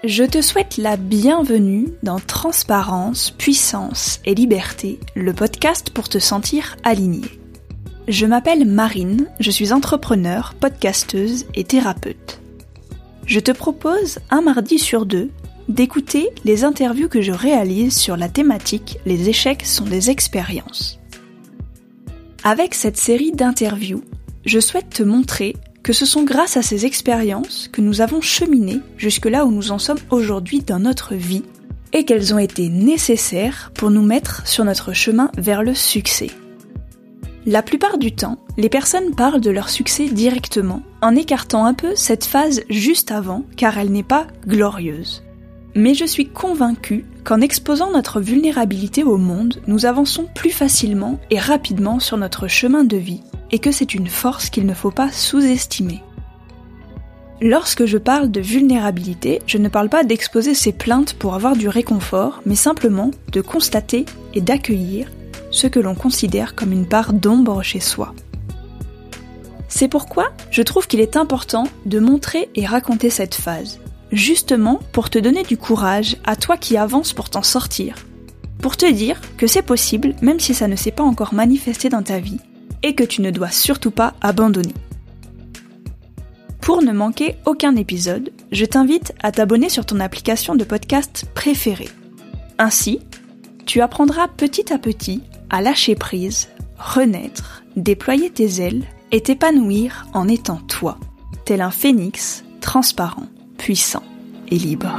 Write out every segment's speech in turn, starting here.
Je te souhaite la bienvenue dans Transparence, Puissance et Liberté, le podcast pour te sentir aligné. Je m'appelle Marine, je suis entrepreneure, podcasteuse et thérapeute. Je te propose, un mardi sur deux, d'écouter les interviews que je réalise sur la thématique « Les échecs sont des expériences ». Avec cette série d'interviews, je souhaite te montrer que ce sont grâce à ces expériences que nous avons cheminé jusque là où nous en sommes aujourd'hui dans notre vie et qu'elles ont été nécessaires pour nous mettre sur notre chemin vers le succès. La plupart du temps, les personnes parlent de leur succès directement, en écartant un peu cette phase juste avant car elle n'est pas glorieuse. Mais je suis convaincue qu'en exposant notre vulnérabilité au monde, nous avançons plus facilement et rapidement sur notre chemin de vie et que c'est une force qu'il ne faut pas sous-estimer. Lorsque je parle de vulnérabilité, je ne parle pas d'exposer ses plaintes pour avoir du réconfort, mais simplement de constater et d'accueillir ce que l'on considère comme une part d'ombre chez soi. C'est pourquoi je trouve qu'il est important de montrer et raconter cette phase, justement pour te donner du courage à toi qui avances pour t'en sortir, pour te dire que c'est possible même si ça ne s'est pas encore manifesté dans ta vie, et que tu ne dois surtout pas abandonner. Pour ne manquer aucun épisode, je t'invite à t'abonner sur ton application de podcast préférée. Ainsi, tu apprendras petit à petit à lâcher prise, renaître, déployer tes ailes et t'épanouir en étant toi, tel un phénix transparent, puissant et libre.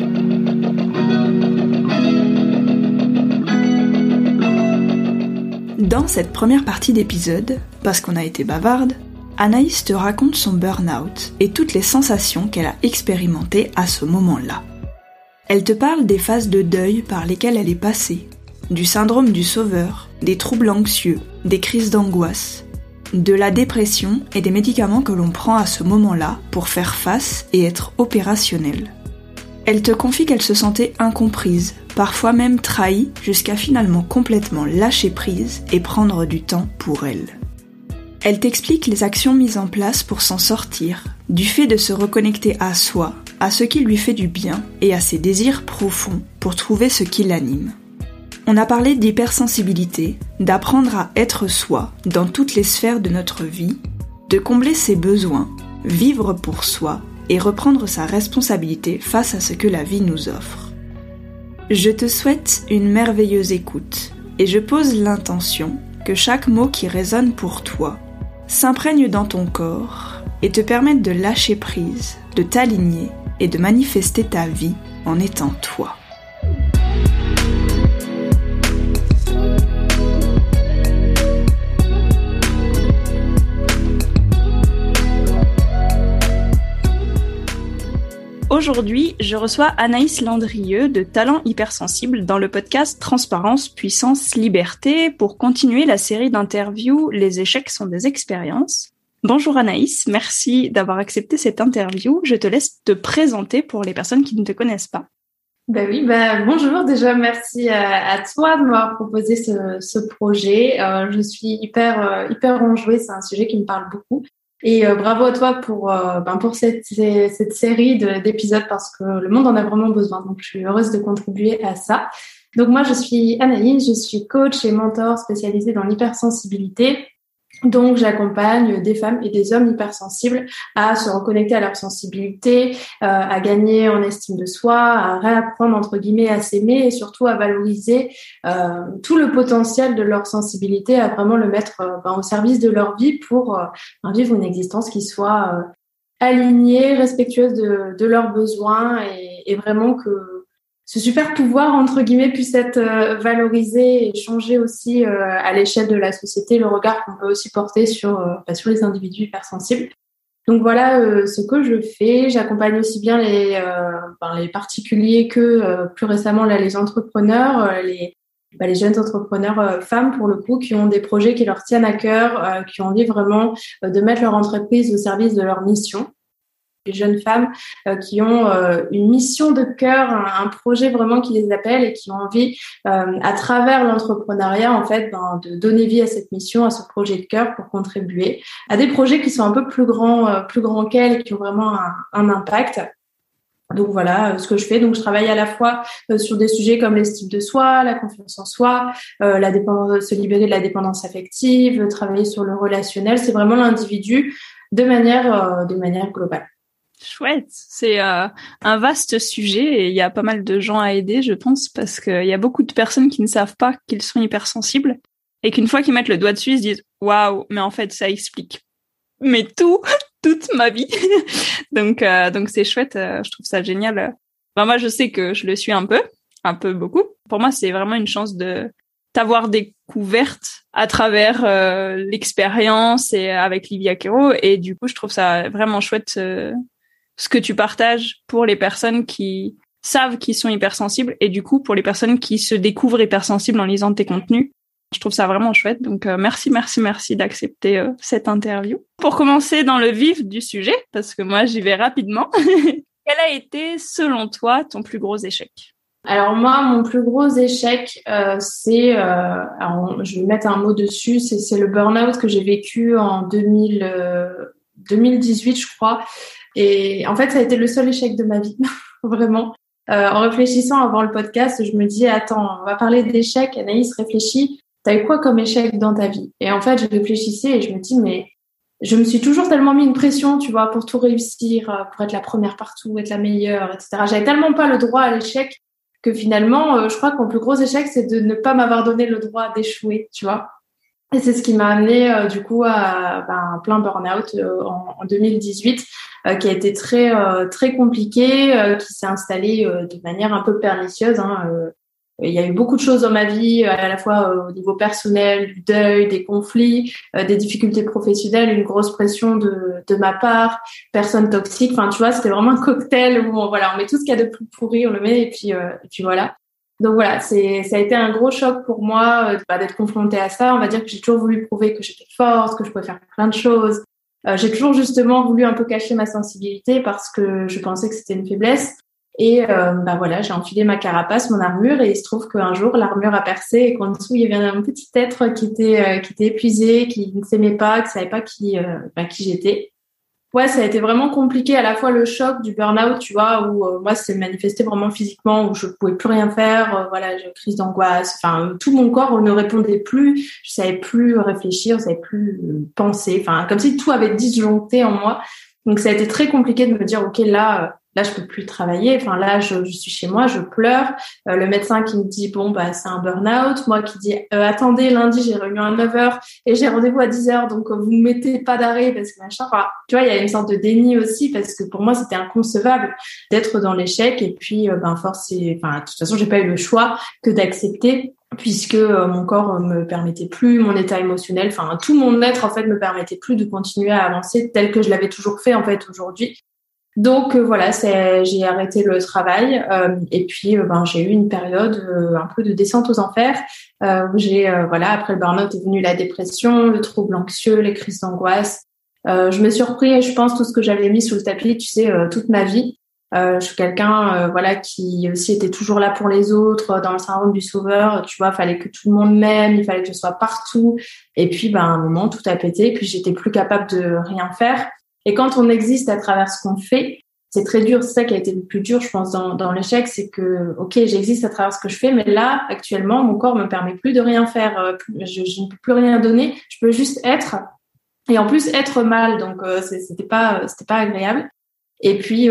Dans cette première partie d'épisode, parce qu'on a été bavarde, Anaïs te raconte son burn-out et toutes les sensations qu'elle a expérimentées à ce moment-là. Elle te parle des phases de deuil par lesquelles elle est passée, du syndrome du sauveur, des troubles anxieux, des crises d'angoisse, de la dépression et des médicaments que l'on prend à ce moment-là pour faire face et être opérationnelle. Elle te confie qu'elle se sentait incomprise, parfois même trahie, jusqu'à finalement complètement lâcher prise et prendre du temps pour elle. Elle t'explique les actions mises en place pour s'en sortir, du fait de se reconnecter à soi, à ce qui lui fait du bien et à ses désirs profonds pour trouver ce qui l'anime. On a parlé d'hypersensibilité, d'apprendre à être soi dans toutes les sphères de notre vie, de combler ses besoins, vivre pour soi et reprendre sa responsabilité face à ce que la vie nous offre. Je te souhaite une merveilleuse écoute et je pose l'intention que chaque mot qui résonne pour toi s'imprègne dans ton corps et te permette de lâcher prise, de t'aligner et de manifester ta vie en étant toi. Aujourd'hui, je reçois Anaïs Landrieux de Talent Hypersensible dans le podcast Transparence, Puissance, Liberté pour continuer la série d'interviews « Les échecs sont des expériences ». Bonjour Anaïs, merci d'avoir accepté cette interview. Je te laisse te présenter pour les personnes qui ne te connaissent pas. Bonjour déjà, merci à toi de m'avoir proposé ce projet. Je suis hyper enjouée, c'est un sujet qui me parle beaucoup. Et bravo à toi pour cette série d'épisodes parce que le monde en a vraiment besoin. Donc, je suis heureuse de contribuer à ça. Donc, moi, je suis Anaïs, je suis coach et mentor spécialisée dans l'hypersensibilité. Donc, j'accompagne des femmes et des hommes hypersensibles à se reconnecter à leur sensibilité, à gagner en estime de soi, à réapprendre, entre guillemets, à s'aimer et surtout à valoriser tout le potentiel de leur sensibilité, à vraiment le mettre au service de leur vie pour vivre une existence qui soit alignée, respectueuse de leurs besoins et vraiment que ce super pouvoir, entre guillemets, puisse être valorisé et changer aussi à l'échelle de la société, le regard qu'on peut aussi porter sur les individus hypersensibles. Donc voilà ce que je fais. J'accompagne aussi bien les particuliers que plus récemment là, les entrepreneurs, les jeunes entrepreneurs femmes pour le coup qui ont des projets qui leur tiennent à cœur, qui ont envie vraiment de mettre leur entreprise au service de leur mission. Les jeunes femmes qui ont une mission de cœur, un projet vraiment qui les appelle et qui ont envie, à travers l'entrepreneuriat, en fait, de donner vie à cette mission, à ce projet de cœur pour contribuer à des projets qui sont un peu plus grands qu'elles et qui ont vraiment un impact. Donc voilà ce que je fais. Donc je travaille à la fois sur des sujets comme l'estime de soi, la confiance en soi, la dépendance, se libérer de la dépendance affective, travailler sur le relationnel. C'est vraiment l'individu de manière globale. Chouette, c'est un vaste sujet et il y a pas mal de gens à aider, je pense, parce qu'il y a beaucoup de personnes qui ne savent pas qu'ils sont hypersensibles et qu'une fois qu'ils mettent le doigt dessus, ils se disent « Waouh, mais en fait, ça explique mais toute ma vie !» Donc c'est chouette, je trouve ça génial. Enfin, moi, je sais que je le suis un peu beaucoup. Pour moi, c'est vraiment une chance de t'avoir découverte à travers l'expérience et avec Livia Quero et du coup, je trouve ça vraiment chouette ce que tu partages pour les personnes qui savent qu'ils sont hypersensibles et du coup pour les personnes qui se découvrent hypersensibles en lisant tes contenus. Je trouve ça vraiment chouette. Donc merci d'accepter cette interview. Pour commencer dans le vif du sujet, parce que moi j'y vais rapidement, quel a été selon toi ton plus gros échec? Alors moi, mon plus gros échec, c'est, alors je vais mettre un mot dessus, c'est le burn-out que j'ai vécu en 2018, je crois. Et en fait, ça a été le seul échec de ma vie, vraiment. En réfléchissant avant le podcast, je me dis, attends, on va parler d'échecs. Anaïs, réfléchis. T'as eu quoi comme échec dans ta vie? Et en fait, je réfléchissais et je me dis, mais je me suis toujours tellement mis une pression, tu vois, pour tout réussir, pour être la première partout, être la meilleure, etc. J'avais tellement pas le droit à l'échec que finalement, je crois que mon plus gros échec, c'est de ne pas m'avoir donné le droit d'échouer, tu vois. Et c'est ce qui m'a amené du coup à un plein burn-out en 2018 qui a été très compliqué, qui s'est installé de manière un peu pernicieuse. Il y a eu beaucoup de choses dans ma vie, à la fois au niveau personnel, du deuil, des conflits, des difficultés professionnelles, une grosse pression de ma part, personnes toxiques. Enfin, tu vois, c'était vraiment un cocktail où on met tout ce qu'il y a de plus pourri, on le met et puis voilà. Donc voilà, ça a été un gros choc pour moi d'être confrontée à ça. On va dire que j'ai toujours voulu prouver que j'étais forte, que je pouvais faire plein de choses. J'ai toujours justement voulu un peu cacher ma sensibilité parce que je pensais que c'était une faiblesse. Et j'ai enfilé ma carapace, mon armure, et il se trouve qu'un jour l'armure a percé et qu'en dessous il y avait un petit être qui était épuisé, qui ne s'aimait pas, qui savait pas qui j'étais. Ouais, ça a été vraiment compliqué, à la fois le choc du burn-out, tu vois, où moi c'est manifesté vraiment physiquement, où je pouvais plus rien faire, j'ai une crise d'angoisse, enfin tout mon corps ne répondait plus, je savais plus réfléchir, je savais plus penser, enfin comme si tout avait disjoncté en moi. Donc ça a été très compliqué de me dire OK, là je peux plus travailler, enfin là je suis chez moi, je pleure, le médecin qui me dit c'est un burn-out, moi qui dis attendez, lundi j'ai réunion à 9h et j'ai rendez-vous à 10h, donc vous me mettez pas d'arrêt parce que machin. Enfin, tu vois, il y a une sorte de déni aussi parce que pour moi c'était inconcevable d'être dans l'échec et puis de toute façon j'ai pas eu le choix que d'accepter puisque mon corps me permettait plus, mon état émotionnel, enfin tout mon être en fait me permettait plus de continuer à avancer tel que je l'avais toujours fait en fait aujourd'hui. Donc j'ai arrêté le travail et puis j'ai eu une période un peu de descente aux enfers où après le burn-out est venu la dépression, le trouble anxieux, les crises d'angoisse. Je me suis repris, je pense, tout ce que j'avais mis sous le tapis, tu sais, toute ma vie. Je suis quelqu'un qui aussi était toujours là pour les autres, dans le syndrome du sauveur, tu vois, fallait que tout le monde m'aime, il fallait que je sois partout. Et puis à un moment tout a pété, et puis j'étais plus capable de rien faire. Et quand on existe à travers ce qu'on fait, c'est très dur. C'est ça qui a été le plus dur, je pense, dans l'échec, c'est que, OK, j'existe à travers ce que je fais, mais là, actuellement, mon corps me permet plus de rien faire. Je ne peux plus rien donner. Je peux juste être. Et en plus, être mal. Donc, c'était pas agréable. Et puis,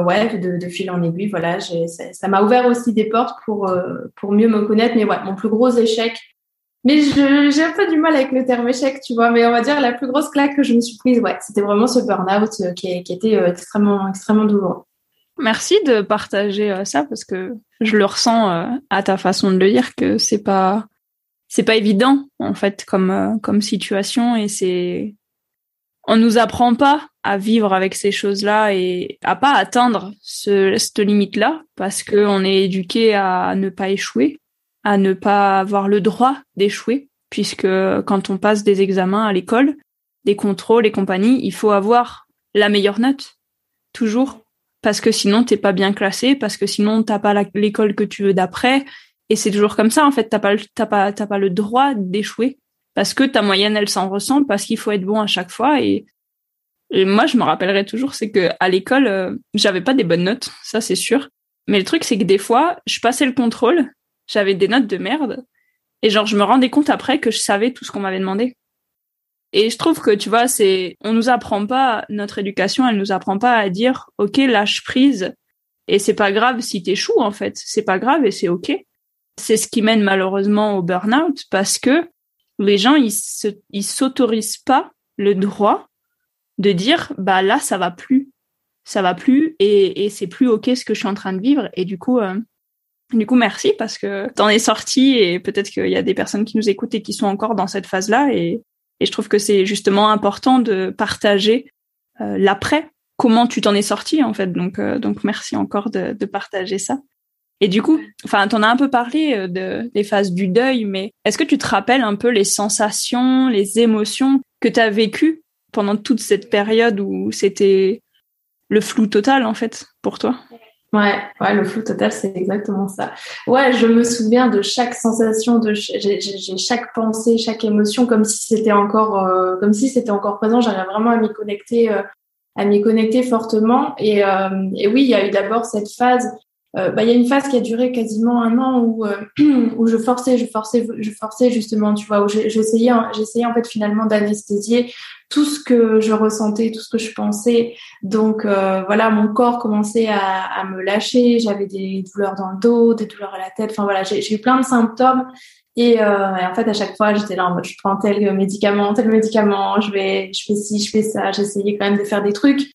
de fil en aiguille, voilà, ça m'a ouvert aussi des portes pour mieux me connaître. Mais ouais, mon plus gros échec. Mais j'ai un peu du mal avec le terme échec, tu vois. Mais on va dire la plus grosse claque que je me suis prise, ouais, c'était vraiment ce burn-out qui était extrêmement, extrêmement douloureux. Merci de partager ça parce que je le ressens à ta façon de le dire que c'est pas évident en fait comme situation et on nous apprend pas à vivre avec ces choses-là et à pas atteindre cette limite-là parce que on est éduqué à ne pas échouer, à ne pas avoir le droit d'échouer, puisque quand on passe des examens à l'école, des contrôles et compagnie, il faut avoir la meilleure note, toujours, parce que sinon t'es pas bien classé, parce que sinon t'as pas l'école que tu veux d'après, et c'est toujours comme ça en fait, t'as pas le droit d'échouer, parce que ta moyenne elle s'en ressent, parce qu'il faut être bon à chaque fois, et Et moi, je me rappellerai toujours, c'est que à l'école, j'avais pas des bonnes notes, ça c'est sûr. Mais le truc, c'est que des fois, je passais le contrôle, j'avais des notes de merde, et genre, je me rendais compte après que je savais tout ce qu'on m'avait demandé. Et je trouve que, tu vois, on nous apprend pas, notre éducation, elle nous apprend pas à dire, OK, lâche prise, et c'est pas grave si t'échoues, en fait. C'est pas grave et c'est OK. C'est ce qui mène malheureusement au burn-out, parce que les gens, ils s'autorisent pas le droit de dire, bah là, ça va plus, et c'est plus OK ce que je suis en train de vivre. Et du coup, merci, parce que t'en es sorti, et peut-être qu'il y a des personnes qui nous écoutent et qui sont encore dans cette phase-là, et je trouve que c'est justement important de partager l'après, comment tu t'en es sorti, en fait. Donc merci encore de partager ça. Et du coup, enfin, t'en as un peu parlé des phases du deuil, mais est-ce que tu te rappelles un peu les sensations, les émotions que t'as vécues pendant toute cette période où c'était le flou total, en fait, pour toi? Ouais, le flou total, c'est exactement ça. Ouais, je me souviens de chaque sensation, j'ai chaque pensée, chaque émotion, comme si c'était encore présent. J'arrive vraiment à m'y connecter fortement. Et oui, il y a eu d'abord cette phase. Il y a une phase qui a duré quasiment un an où où je forçais justement, tu vois, où j'essayais en fait finalement d'anesthésier tout ce que je ressentais, tout ce que je pensais. Donc voilà, mon corps commençait à me lâcher. J'avais des douleurs dans le dos, des douleurs à la tête. Enfin voilà, j'ai eu plein de symptômes. Et en fait, à chaque fois, j'étais là en mode, je prends tel médicament, je fais ci, je fais ça. J'essayais quand même de faire des trucs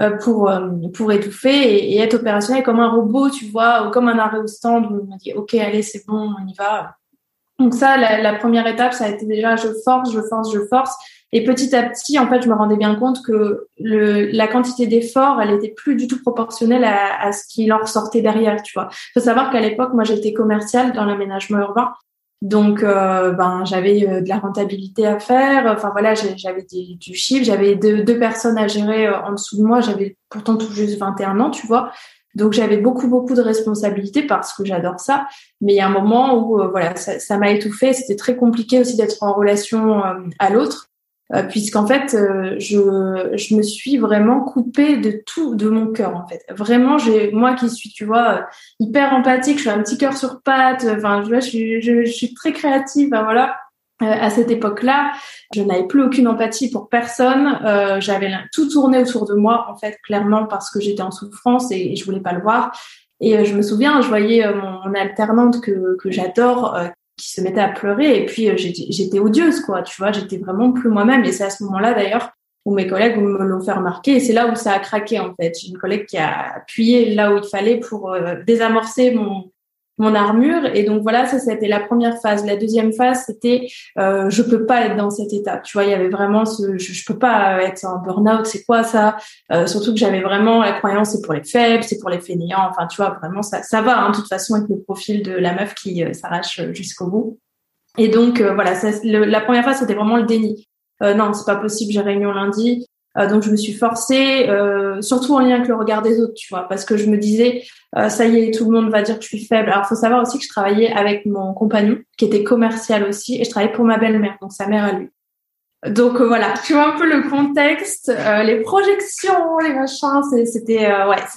pour étouffer et être opérationnel comme un robot, tu vois, ou comme un arrêt au stand où on m'a dit, OK, allez, c'est bon, on y va. Donc ça, la première étape, ça a été déjà, je force. Et petit à petit, en fait, je me rendais bien compte que la quantité d'efforts, elle était plus du tout proportionnelle à ce qui en ressortait derrière, tu vois. Faut savoir qu'à l'époque, moi, j'étais commerciale dans l'aménagement urbain. Donc, j'avais de la rentabilité à faire. Enfin voilà, j'avais du chiffre. J'avais deux personnes à gérer en dessous de moi. J'avais pourtant tout juste 21 ans, tu vois. Donc, j'avais beaucoup de responsabilités parce que j'adore ça. Mais il y a un moment où, ça m'a étouffée. C'était très compliqué aussi d'être en relation à l'autre. Puisqu'en fait, je me suis vraiment coupée de tout, de mon cœur, en fait. Vraiment, moi qui suis, tu vois, hyper empathique, je suis un petit cœur sur pattes, enfin, tu vois, je suis très créative, ben voilà. À cette époque-là, je n'avais plus aucune empathie pour personne. J'avais tout tourné autour de moi, en fait, clairement, parce que j'étais en souffrance et je voulais pas le voir. Et je me souviens, je voyais mon alternante que j'adore, qui se mettait à pleurer, et puis j'étais odieuse, quoi, tu vois, j'étais vraiment plus moi-même. Et c'est à ce moment-là d'ailleurs où mes collègues me l'ont fait remarquer, et c'est là où ça a craqué, en fait. J'ai une collègue qui a appuyé là où il fallait pour désamorcer mon armure. Et donc voilà, ça c'était la première phase. La deuxième phase, c'était je peux pas être dans cet état, tu vois. Il y avait vraiment je peux pas être en burn-out, c'est quoi ça? Surtout que j'avais vraiment la croyance, c'est pour les faibles, c'est pour les fainéants, enfin tu vois, vraiment ça va, hein, de toute façon, avec le profil de la meuf qui s'arrache jusqu'au bout. Et donc voilà, la première phase, c'était vraiment le déni. Non, c'est pas possible, j'ai réunion lundi. Donc je me suis forcée, surtout en lien avec le regard des autres, tu vois, parce que je me disais, ça y est, tout le monde va dire que je suis faible. Alors faut savoir aussi que je travaillais avec mon compagnon, qui était commercial aussi, et je travaillais pour ma belle-mère, donc sa mère à lui. Donc voilà, tu vois un peu le contexte, les projections, les machins, c'était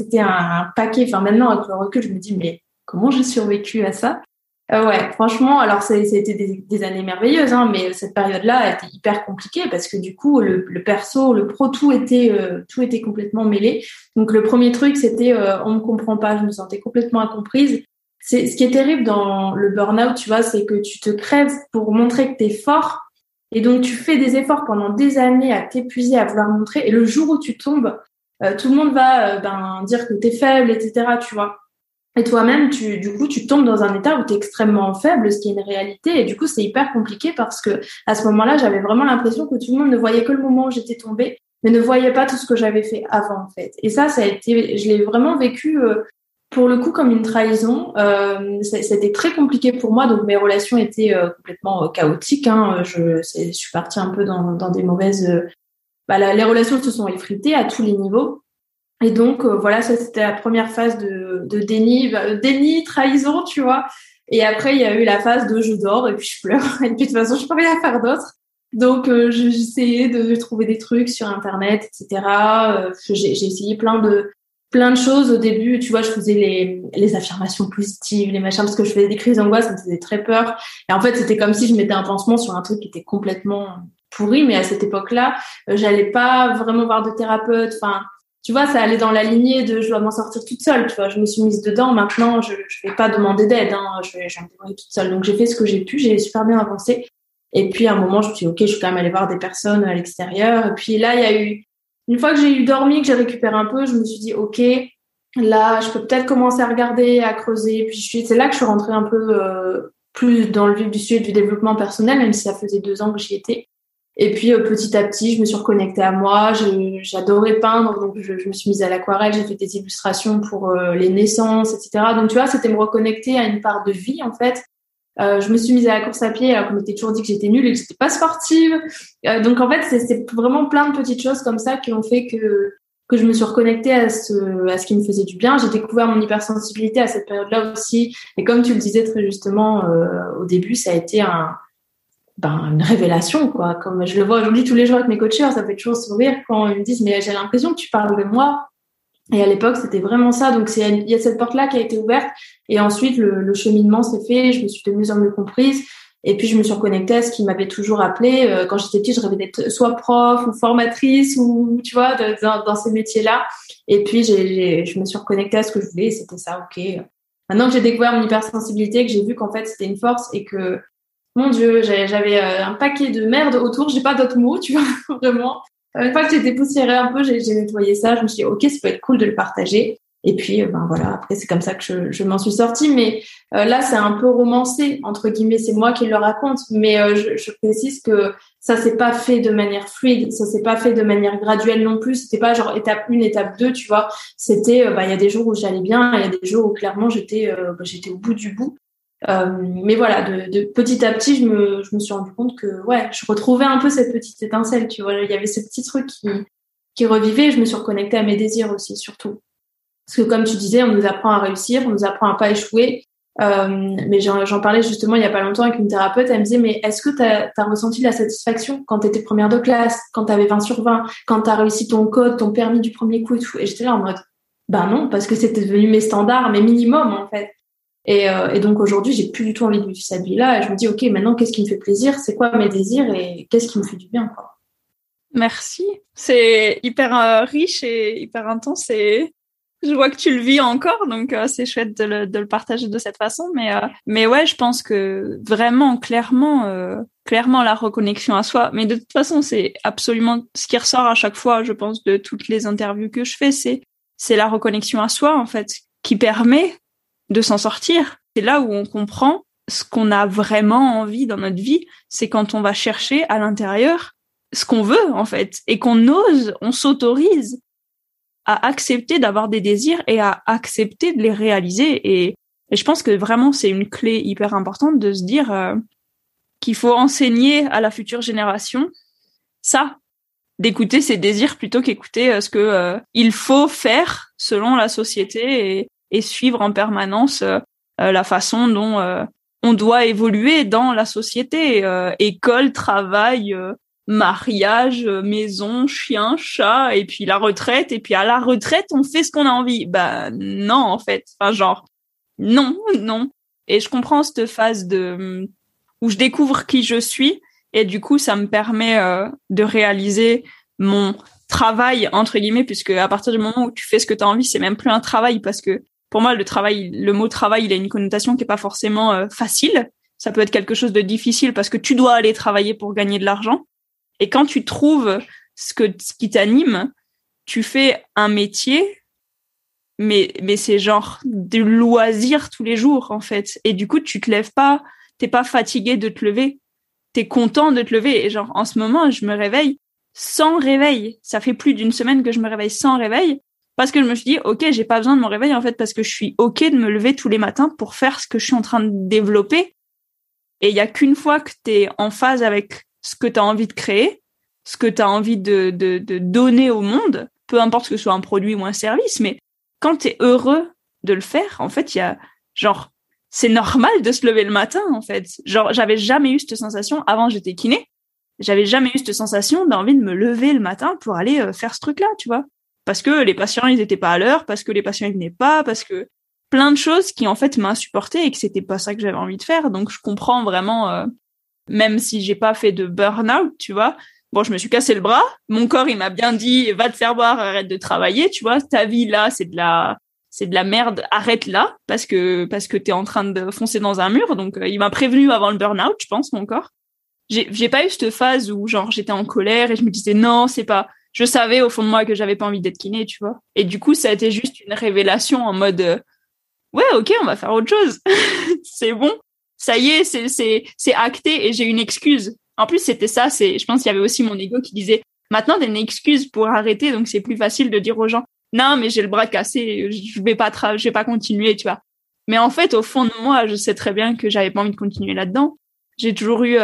un paquet. Enfin maintenant avec le recul, je me dis mais comment j'ai survécu à ça? Ouais, franchement, alors c'était des années merveilleuses, hein, mais cette période-là a été hyper compliquée parce que du coup, le perso, le pro, tout était complètement mêlé. Donc le premier truc, c'était on me comprend pas, je me sentais complètement incomprise. C'est ce qui est terrible dans le burn-out, tu vois, c'est que tu te crèves pour montrer que t'es fort, et donc tu fais des efforts pendant des années à t'épuiser, à vouloir montrer, et le jour où tu tombes, tout le monde va dire que t'es faible, etc., tu vois. Et toi-même, du coup, tu tombes dans un état où tu es extrêmement faible, ce qui est une réalité. Et du coup, c'est hyper compliqué parce que à ce moment-là, j'avais vraiment l'impression que tout le monde ne voyait que le moment où j'étais tombée, mais ne voyait pas tout ce que j'avais fait avant, en fait. Et ça je l'ai vraiment vécu pour le coup comme une trahison. C'était très compliqué pour moi, donc mes relations étaient complètement chaotiques. Hein. Je suis partie un peu dans des mauvaises. Les relations se sont effritées à tous les niveaux. Et donc voilà, ça c'était la première phase de déni, trahison, tu vois. Et après il y a eu la phase de je dors et puis je pleure et puis de toute façon je peux rien faire d'autre. Donc, j'essayais de trouver des trucs sur Internet, etc. J'ai essayé plein de choses au début. Tu vois, je faisais les affirmations positives, les machins, parce que je faisais des crises d'angoisse, ça me faisait très peur. Et en fait, c'était comme si je mettais un pansement sur un truc qui était complètement pourri. Mais à cette époque-là, j'allais pas vraiment voir de thérapeute. Enfin, tu vois, ça allait dans la lignée de je dois m'en sortir toute seule. Tu vois, je me suis mise dedans. Maintenant, je vais pas demander d'aide. Hein. Je vais me débrouiller toute seule. Donc, j'ai fait ce que j'ai pu. J'ai super bien avancé. Et puis, à un moment, je me suis dit, OK, je suis quand même allée voir des personnes à l'extérieur. Et puis là, il y a eu, une fois que j'ai eu dormi, que j'ai récupéré un peu, je me suis dit, OK, là, je peux peut-être commencer à regarder, à creuser. Puis c'est là que je suis rentrée un peu plus dans le vif du sujet du développement personnel, même si ça faisait 2 ans que j'y étais. Et puis, petit à petit, je me suis reconnectée à moi. J'adorais peindre, donc je me suis mise à l'aquarelle. J'ai fait des illustrations pour les naissances, etc. Donc, tu vois, c'était me reconnecter à une part de vie, en fait. Je me suis mise à la course à pied alors qu'on m'était toujours dit que j'étais nulle et que j'étais pas sportive. Donc en fait, c'est vraiment plein de petites choses comme ça qui ont fait que je me suis reconnectée à ce qui me faisait du bien. J'ai découvert mon hypersensibilité à cette période-là aussi. Et comme tu le disais très justement au début, ça a été une révélation, quoi. Comme je le vois aujourd'hui tous les jours avec mes coacheurs, ça fait toujours sourire quand ils me disent mais j'ai l'impression que tu parles de moi. Et à l'époque, c'était vraiment ça. Donc, il y a cette porte-là qui a été ouverte. Et ensuite, le cheminement s'est fait. Je me suis de mieux en mieux comprise. Et puis, je me suis reconnectée à ce qui m'avait toujours appelé. Quand j'étais petite, je rêvais d'être soit prof ou formatrice ou, tu vois, dans ces métiers-là. Et puis, je me suis reconnectée à ce que je voulais. Et c'était ça, OK. Maintenant que j'ai découvert mon hypersensibilité, que j'ai vu qu'en fait, c'était une force et que, mon Dieu, j'avais un paquet de merde autour. J'ai pas d'autres mots, tu vois, vraiment. Une fois que j'ai dépoussiéré un peu, j'ai nettoyé ça. Je me suis dit, OK, ça peut être cool de le partager. Et puis, voilà, après, c'est comme ça que je m'en suis sortie. Mais là, c'est un peu romancé, entre guillemets. C'est moi qui le raconte. Mais je précise que ça s'est pas fait de manière fluide. Ça s'est pas fait de manière graduelle non plus. C'était pas genre étape 1, étape 2, tu vois. C'était, il y a des jours où j'allais bien. Il y a des jours où clairement, j'étais au bout du bout. Mais voilà, de petit à petit, je me suis rendu compte que ouais, je retrouvais un peu cette petite étincelle, tu vois. Il y avait ce petit truc qui revivait. Et je me suis reconnectée à mes désirs aussi, surtout. Parce que comme tu disais, on nous apprend à réussir, on nous apprend à pas échouer. Mais j'en parlais justement il y a pas longtemps avec une thérapeute. Elle me disait, mais est-ce que t'as ressenti de la satisfaction quand t'étais première de classe, quand t'avais 20 sur 20, quand t'as réussi ton code, ton permis du premier coup et tout? Et j'étais là en mode, non, parce que c'était devenu mes standards, mes minimums en fait. Et donc aujourd'hui, j'ai plus du tout envie de vivre cette vie-là. Et je me dis, OK, maintenant, qu'est-ce qui me fait plaisir? C'est quoi mes désirs et qu'est-ce qui me fait du bien, quoi? Merci. C'est hyper riche et hyper intense et je vois que tu le vis encore, donc c'est chouette de le partager de cette façon. Mais ouais, je pense que vraiment, clairement, la reconnexion à soi. Mais de toute façon, c'est absolument ce qui ressort à chaque fois, je pense, de toutes les interviews que je fais, c'est la reconnexion à soi, en fait, qui permet de s'en sortir. C'est là où on comprend ce qu'on a vraiment envie dans notre vie. C'est quand on va chercher à l'intérieur ce qu'on veut, en fait, et on s'autorise à accepter d'avoir des désirs et à accepter de les réaliser. Et je pense que vraiment, c'est une clé hyper importante de se dire qu'il faut enseigner à la future génération ça, d'écouter ses désirs plutôt qu'écouter ce que il faut faire selon la société et suivre en permanence la façon dont on doit évoluer dans la société, école, travail, mariage, maison, chien, chat, et puis la retraite, et puis à la retraite, on fait ce qu'on a envie. Non, en fait. Enfin, genre, non. Et je comprends cette phase où je découvre qui je suis, et du coup, ça me permet de réaliser mon travail, entre guillemets, puisque à partir du moment où tu fais ce que tu as envie, c'est même plus un travail, parce que pour moi, le mot travail, il a une connotation qui est pas forcément facile. Ça peut être quelque chose de difficile parce que tu dois aller travailler pour gagner de l'argent. Et quand tu trouves ce qui t'anime, tu fais un métier, mais c'est genre du loisir tous les jours, en fait. Et du coup, tu te lèves pas, t'es pas fatigué de te lever. T'es content de te lever. Et genre, en ce moment, je me réveille sans réveil. Ça fait plus d'une semaine que je me réveille sans réveil. Parce que je me suis dit, OK, j'ai pas besoin de mon réveil, en fait, parce que je suis OK de me lever tous les matins pour faire ce que je suis en train de développer. Et il y a qu'une fois que t'es en phase avec ce que t'as envie de créer, ce que t'as envie de donner au monde, peu importe que ce soit un produit ou un service, mais quand t'es heureux de le faire, en fait, il y a, genre, c'est normal de se lever le matin, en fait. Genre, j'avais jamais eu cette sensation. Avant, j'étais kiné. j'avais jamais eu cette sensation d'envie de me lever le matin pour aller faire ce truc-là, tu vois. Parce que les patients, ils étaient pas à l'heure, parce que les patients, ils venaient pas, parce que plein de choses qui, en fait, m'insupportaient et que c'était pas ça que j'avais envie de faire. Donc, je comprends vraiment, même si j'ai pas fait de burn-out, tu vois. Bon, je me suis cassé le bras. Mon corps, il m'a bien dit, va te faire voir, arrête de travailler, tu vois. Ta vie, là, c'est de la merde, arrête là, parce que t'es en train de foncer dans un mur. Donc, il m'a prévenu avant le burn-out, je pense, mon corps. J'ai pas eu cette phase où, genre, j'étais en colère et je me disais, non, c'est pas, je savais au fond de moi que j'avais pas envie d'être kiné, tu vois. Et du coup, ça a été juste une révélation en mode, ouais, ok, on va faire autre chose. C'est bon. Ça y est, c'est acté et j'ai une excuse. En plus, c'était ça, je pense qu'il y avait aussi mon ego qui disait, maintenant, t'as une excuse pour arrêter, donc c'est plus facile de dire aux gens, non, mais j'ai le bras cassé, je vais pas continuer, tu vois. Mais en fait, au fond de moi, je sais très bien que j'avais pas envie de continuer là-dedans. J'ai toujours eu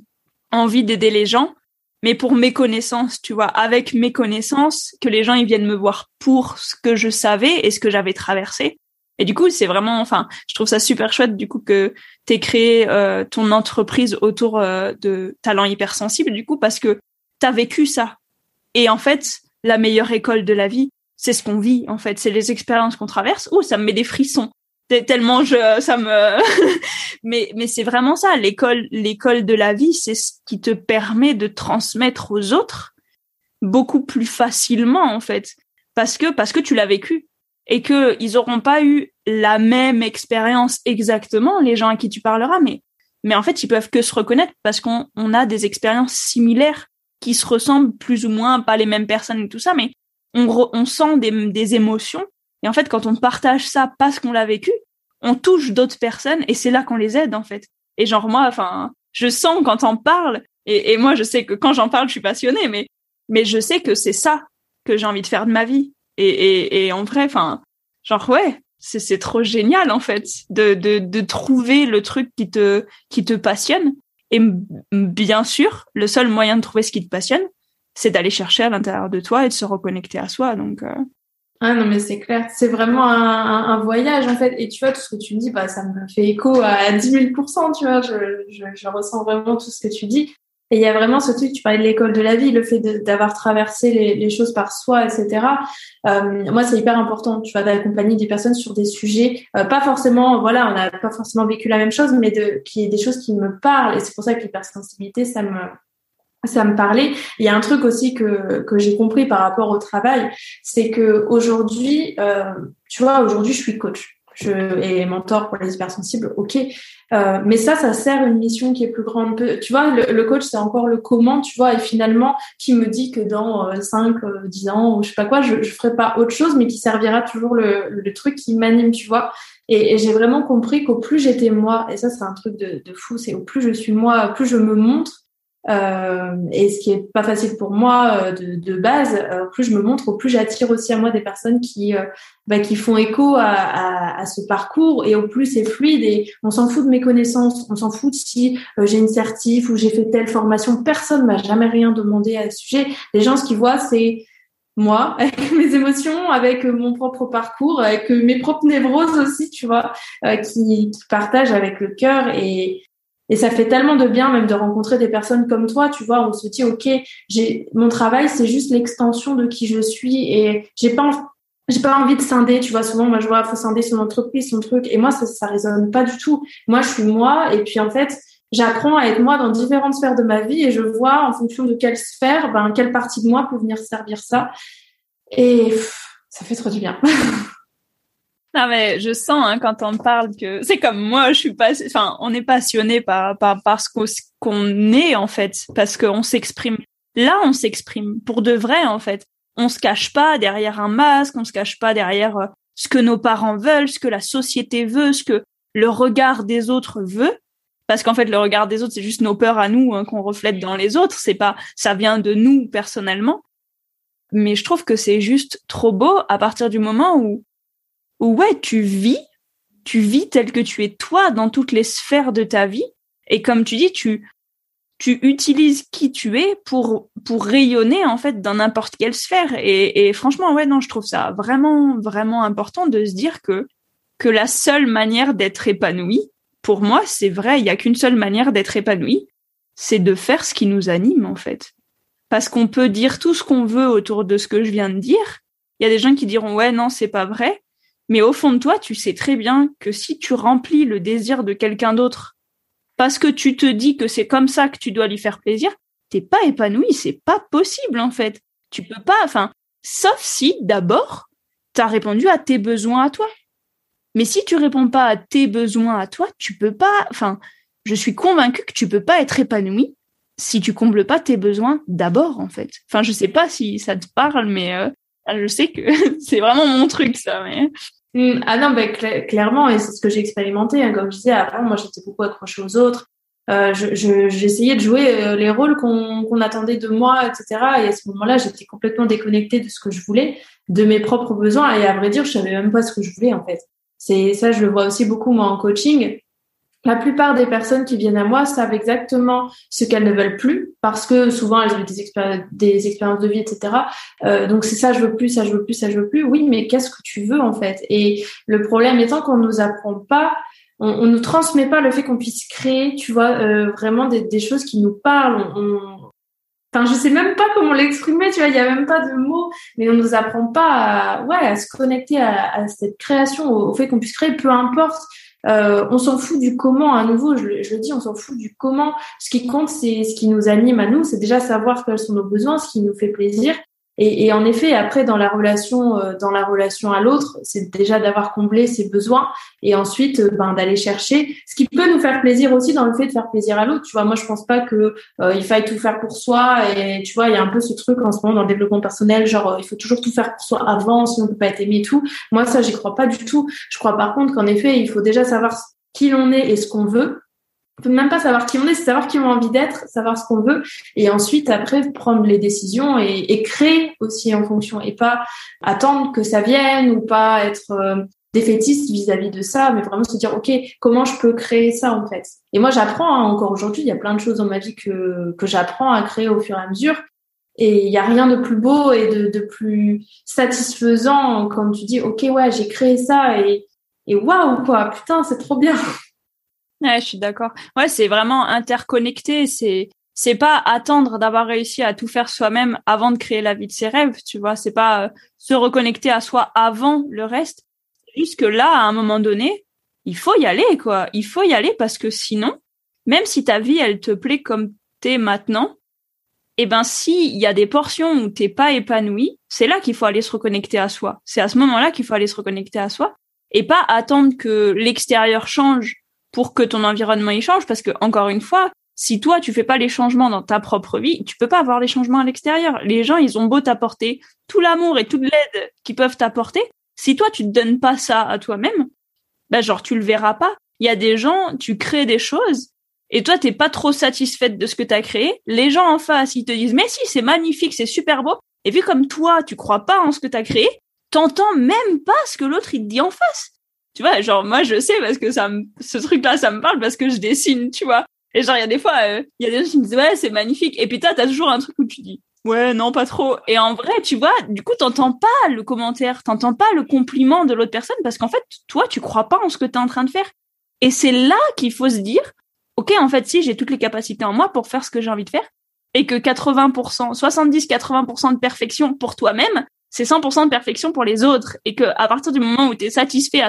envie d'aider les gens, mais pour mes connaissances, tu vois, avec mes connaissances, que les gens ils viennent me voir pour ce que je savais et ce que j'avais traversé. Et du coup, c'est vraiment, enfin, je trouve ça super chouette du coup que t'aies créé ton entreprise autour de talents hypersensibles, du coup, parce que t'as vécu ça. Et en fait, la meilleure école de la vie, c'est ce qu'on vit, en fait, c'est les expériences qu'on traverse. Oh, ça me met des frissons. Tellement ça me mais c'est vraiment ça, l'école de la vie, c'est ce qui te permet de transmettre aux autres beaucoup plus facilement, en fait, parce que tu l'as vécu et que ils auront pas eu la même expérience exactement, les gens à qui tu parleras, mais en fait ils peuvent que se reconnaître parce qu'on a des expériences similaires qui se ressemblent plus ou moins, pas les mêmes personnes et tout ça, mais on sent des émotions. Et en fait, quand on partage ça parce qu'on l'a vécu, on touche d'autres personnes et c'est là qu'on les aide, en fait. Et genre, moi, enfin, je sens quand on parle, et moi, je sais que quand j'en parle, je suis passionnée, mais je sais que c'est ça que j'ai envie de faire de ma vie. Et en vrai, enfin, genre, ouais, c'est trop génial, en fait, de trouver le truc qui te passionne. Et bien sûr, le seul moyen de trouver ce qui te passionne, c'est d'aller chercher à l'intérieur de toi et de se reconnecter à soi. Donc, Ah non, mais c'est clair. C'est vraiment un voyage, en fait. Et tu vois, tout ce que tu me dis, bah, ça me fait écho à 10 000 %, tu vois. Je ressens vraiment tout ce que tu dis. Et il y a vraiment ce truc, tu parlais de l'école de la vie, le fait d'avoir traversé les choses par soi, etc. Moi, c'est hyper important, tu vois, d'accompagner des personnes sur des sujets, pas forcément, voilà, on n'a pas forcément vécu la même chose, mais qui est des choses qui me parlent. Et c'est pour ça que l'hypersensibilité, ça me parlait. Il y a un truc aussi que j'ai compris par rapport au travail, c'est que aujourd'hui, tu vois, aujourd'hui, je suis coach. Et mentor pour les hypersensibles, ok. Mais ça sert une mission qui est plus grande. Tu vois, le coach, c'est encore le comment, tu vois, et finalement, qui me dit que dans 5, 10 ans, ou je sais pas quoi, je ferai pas autre chose, mais qui servira toujours le truc qui m'anime, tu vois. Et j'ai vraiment compris qu'au plus j'étais moi, et ça, c'est un truc de fou, c'est au plus je suis moi, plus je me montre, et ce qui est pas facile pour moi de base, plus je me montre, au plus j'attire aussi à moi des personnes qui font écho à ce parcours, et au plus c'est fluide et on s'en fout de mes connaissances, on s'en fout de si j'ai une certif ou j'ai fait telle formation, personne m'a jamais rien demandé à ce sujet. Les gens, ce qu'ils voient, c'est moi avec mes émotions, avec mon propre parcours, avec mes propres névroses aussi, tu vois, qui partagent avec le cœur. Et ça fait tellement de bien même de rencontrer des personnes comme toi, tu vois, on se dit, ok, mon travail, c'est juste l'extension de qui je suis, et j'ai pas envie de scinder, tu vois, souvent, moi, je vois, faut scinder son entreprise, son truc, et moi, ça résonne pas du tout. Moi, je suis moi, et puis, en fait, j'apprends à être moi dans différentes sphères de ma vie, et je vois, en fonction de quelle sphère, quelle partie de moi peut venir servir ça. Et ça fait trop du bien. Non, mais je sens, hein, quand on parle que c'est comme moi, on est passionné par ce qu'on est, en fait, parce qu'on s'exprime. Là, on s'exprime pour de vrai, en fait. On se cache pas derrière un masque, on se cache pas derrière ce que nos parents veulent, ce que la société veut, ce que le regard des autres veut. Parce qu'en fait, le regard des autres, c'est juste nos peurs à nous, hein, qu'on reflète dans les autres. C'est pas, ça vient de nous personnellement. Mais je trouve que c'est juste trop beau à partir du moment où ouais, tu vis tel que tu es toi dans toutes les sphères de ta vie. Et comme tu dis, tu utilises qui tu es pour rayonner, en fait, dans n'importe quelle sphère. Et franchement, ouais, non, je trouve ça vraiment, vraiment important de se dire que la seule manière d'être épanoui, pour moi, c'est vrai, il y a qu'une seule manière d'être épanoui, c'est de faire ce qui nous anime, en fait. Parce qu'on peut dire tout ce qu'on veut autour de ce que je viens de dire. Il y a des gens qui diront « ouais, non, c'est pas vrai ». Mais au fond de toi, tu sais très bien que si tu remplis le désir de quelqu'un d'autre parce que tu te dis que c'est comme ça que tu dois lui faire plaisir, t'es pas épanoui, c'est pas possible, en fait. Tu peux pas, sauf si, d'abord, t'as répondu à tes besoins à toi. Mais si tu réponds pas à tes besoins à toi, tu peux pas, je suis convaincue que tu peux pas être épanoui si tu combles pas tes besoins d'abord, en fait. Je sais pas si ça te parle, mais je sais que c'est vraiment mon truc, ça. Mais... Ah non, clairement, et c'est ce que j'ai expérimenté. Hein, comme je disais, avant, moi, j'étais beaucoup accrochée aux autres. J'essayais de jouer les rôles qu'on attendait de moi, etc. Et à ce moment-là, j'étais complètement déconnectée de ce que je voulais, de mes propres besoins. Et à vrai dire, je savais même pas ce que je voulais, en fait. C'est ça, je le vois aussi beaucoup, moi, en coaching. La plupart des personnes qui viennent à moi savent exactement ce qu'elles ne veulent plus parce que souvent elles ont eu des expériences de vie, etc. Donc c'est ça, je veux plus, ça, je veux plus, ça, je veux plus. Oui, mais qu'est-ce que tu veux en fait? Et le problème étant qu'on nous apprend pas, on nous transmet pas le fait qu'on puisse créer, tu vois, vraiment des choses qui nous parlent. Je sais même pas comment l'exprimer, tu vois, il y a même pas de mots, mais on nous apprend pas à se connecter à cette création, au fait qu'on puisse créer, peu importe. On s'en fout du comment, à nouveau, je le dis, on s'en fout du comment. Ce qui compte, c'est ce qui nous anime à nous, c'est déjà savoir quels sont nos besoins, ce qui nous fait plaisir. Et en effet, après, dans la relation à l'autre, c'est déjà d'avoir comblé ses besoins et ensuite, d'aller chercher ce qui peut nous faire plaisir aussi dans le fait de faire plaisir à l'autre. Tu vois, moi, je pense pas que il faille tout faire pour soi. Et tu vois, il y a un peu ce truc en ce moment dans le développement personnel, genre il faut toujours tout faire pour soi avant, sinon on peut pas être aimé et tout. Moi, ça, j'y crois pas du tout. Je crois par contre qu'en effet, il faut déjà savoir qui l'on est et ce qu'on veut. On peut même pas savoir qui on est, c'est savoir qui on a envie d'être, savoir ce qu'on veut, et ensuite après prendre les décisions et créer aussi en fonction, et pas attendre que ça vienne ou pas être défaitiste vis-à-vis de ça, mais vraiment se dire ok, comment je peux créer ça en fait. Et moi j'apprends encore aujourd'hui, il y a plein de choses dans ma vie que j'apprends à créer au fur et à mesure. Et il y a rien de plus beau et de plus satisfaisant quand tu dis ok ouais j'ai créé ça et waouh quoi, putain c'est trop bien. Ouais, je suis d'accord. Ouais, c'est vraiment interconnecté. C'est pas attendre d'avoir réussi à tout faire soi-même avant de créer la vie de ses rêves, tu vois. C'est pas se reconnecter à soi avant le reste. C'est juste que là, à un moment donné, il faut y aller, quoi. Il faut y aller parce que sinon, même si ta vie, elle te plaît comme t'es maintenant, s'il y a des portions où t'es pas épanoui, c'est là qu'il faut aller se reconnecter à soi. C'est à ce moment-là qu'il faut aller se reconnecter à soi et pas attendre que l'extérieur change pour que ton environnement y change, parce que, encore une fois, si toi, tu fais pas les changements dans ta propre vie, tu peux pas avoir les changements à l'extérieur. Les gens, ils ont beau t'apporter tout l'amour et toute l'aide qu'ils peuvent t'apporter. Si toi, tu te donnes pas ça à toi-même, tu le verras pas. Il y a des gens, tu crées des choses, et toi, t'es pas trop satisfaite de ce que t'as créé. Les gens en face, ils te disent, mais si, c'est magnifique, c'est super beau. Et vu comme toi, tu crois pas en ce que t'as créé, t'entends même pas ce que l'autre, il te dit en face. Tu vois, moi, je sais parce que ce truc-là, ça me parle parce que je dessine, tu vois. Et il y a des fois, il y a des gens qui me disent, ouais, c'est magnifique. Et puis t'as toujours un truc où tu dis, ouais, non, pas trop. Et en vrai, tu vois, du coup, t'entends pas le commentaire, t'entends pas le compliment de l'autre personne parce qu'en fait, toi, tu crois pas en ce que t'es en train de faire. Et c'est là qu'il faut se dire, ok, en fait, si, j'ai toutes les capacités en moi pour faire ce que j'ai envie de faire et que 70-80% de perfection pour toi-même, c'est 100% de perfection pour les autres, et que à partir du moment où tu es satisfait à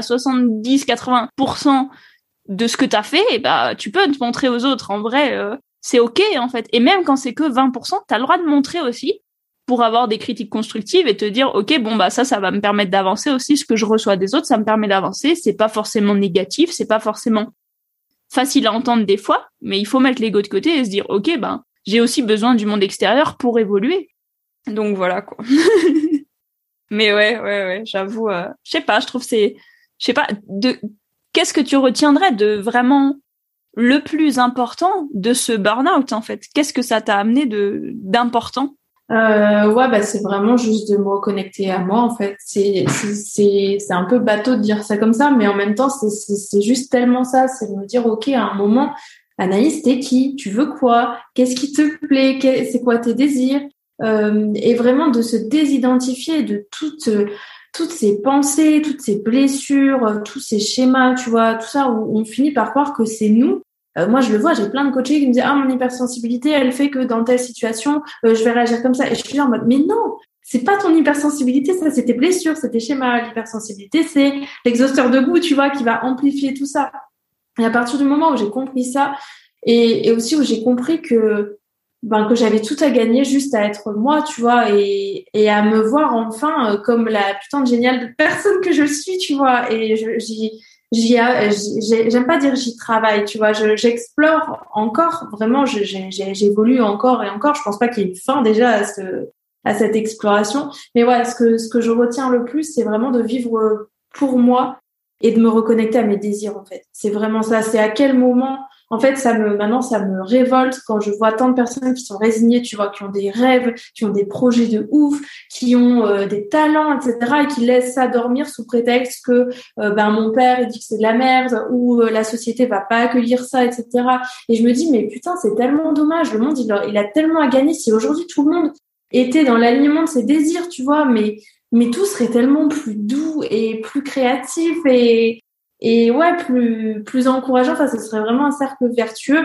70-80% de ce que tu as fait, tu peux te montrer aux autres. En vrai, c'est ok en fait. Et même quand c'est que 20%, tu as le droit de montrer aussi pour avoir des critiques constructives et te dire ok, ça va me permettre d'avancer aussi. Ce que je reçois des autres, ça me permet d'avancer. C'est pas forcément négatif, c'est pas forcément facile à entendre des fois, mais il faut mettre l'ego de côté et se dire ok, j'ai aussi besoin du monde extérieur pour évoluer. Donc voilà quoi. Mais ouais, j'avoue, je sais pas, qu'est-ce que tu retiendrais de vraiment le plus important de ce burn-out, en fait? Qu'est-ce que ça t'a amené d'important? C'est vraiment juste de me reconnecter à moi, en fait. C'est un peu bateau de dire ça comme ça, mais en même temps, c'est juste tellement ça, c'est de me dire, ok, à un moment, Anaïs, t'es qui? Tu veux quoi? Qu'est-ce qui te plaît? C'est quoi tes désirs? Et vraiment de se désidentifier de toutes ces pensées, toutes ces blessures, tous ces schémas, tu vois, tout ça où on finit par croire que c'est nous, moi, je le vois, j'ai plein de coachés qui me disent, ah, mon hypersensibilité, elle fait que dans telle situation, je vais réagir comme ça. Et je suis là en mode, mais non, c'est pas ton hypersensibilité, ça, c'est tes blessures, c'est tes schémas. L'hypersensibilité, c'est l'exhausteur de goût, tu vois, qui va amplifier tout ça. Et à partir du moment où j'ai compris ça, et aussi où j'ai compris que j'avais tout à gagner juste à être moi, tu vois, et à me voir enfin comme la putain de géniale personne que je suis, tu vois. Et j'aime pas dire j'y travaille, tu vois. J'explore encore, vraiment, j'évolue encore et encore. Je pense pas qu'il y ait une fin déjà à cette exploration. Mais ouais, ce que je retiens le plus, c'est vraiment de vivre pour moi et de me reconnecter à mes désirs, en fait. C'est vraiment ça. C'est à quel moment, en fait, maintenant, ça me révolte quand je vois tant de personnes qui sont résignées, tu vois, qui ont des rêves, qui ont des projets de ouf, qui ont des talents, etc., et qui laissent ça dormir sous prétexte que, mon père, il dit que c'est de la merde, ou la société va pas accueillir ça, etc. Et je me dis, mais putain, c'est tellement dommage. Le monde, il a tellement à gagner. Si aujourd'hui tout le monde était dans l'alignement de ses désirs, tu vois, mais tout serait tellement plus doux et plus créatif et ouais, plus encourageant. Enfin, ce serait vraiment un cercle vertueux.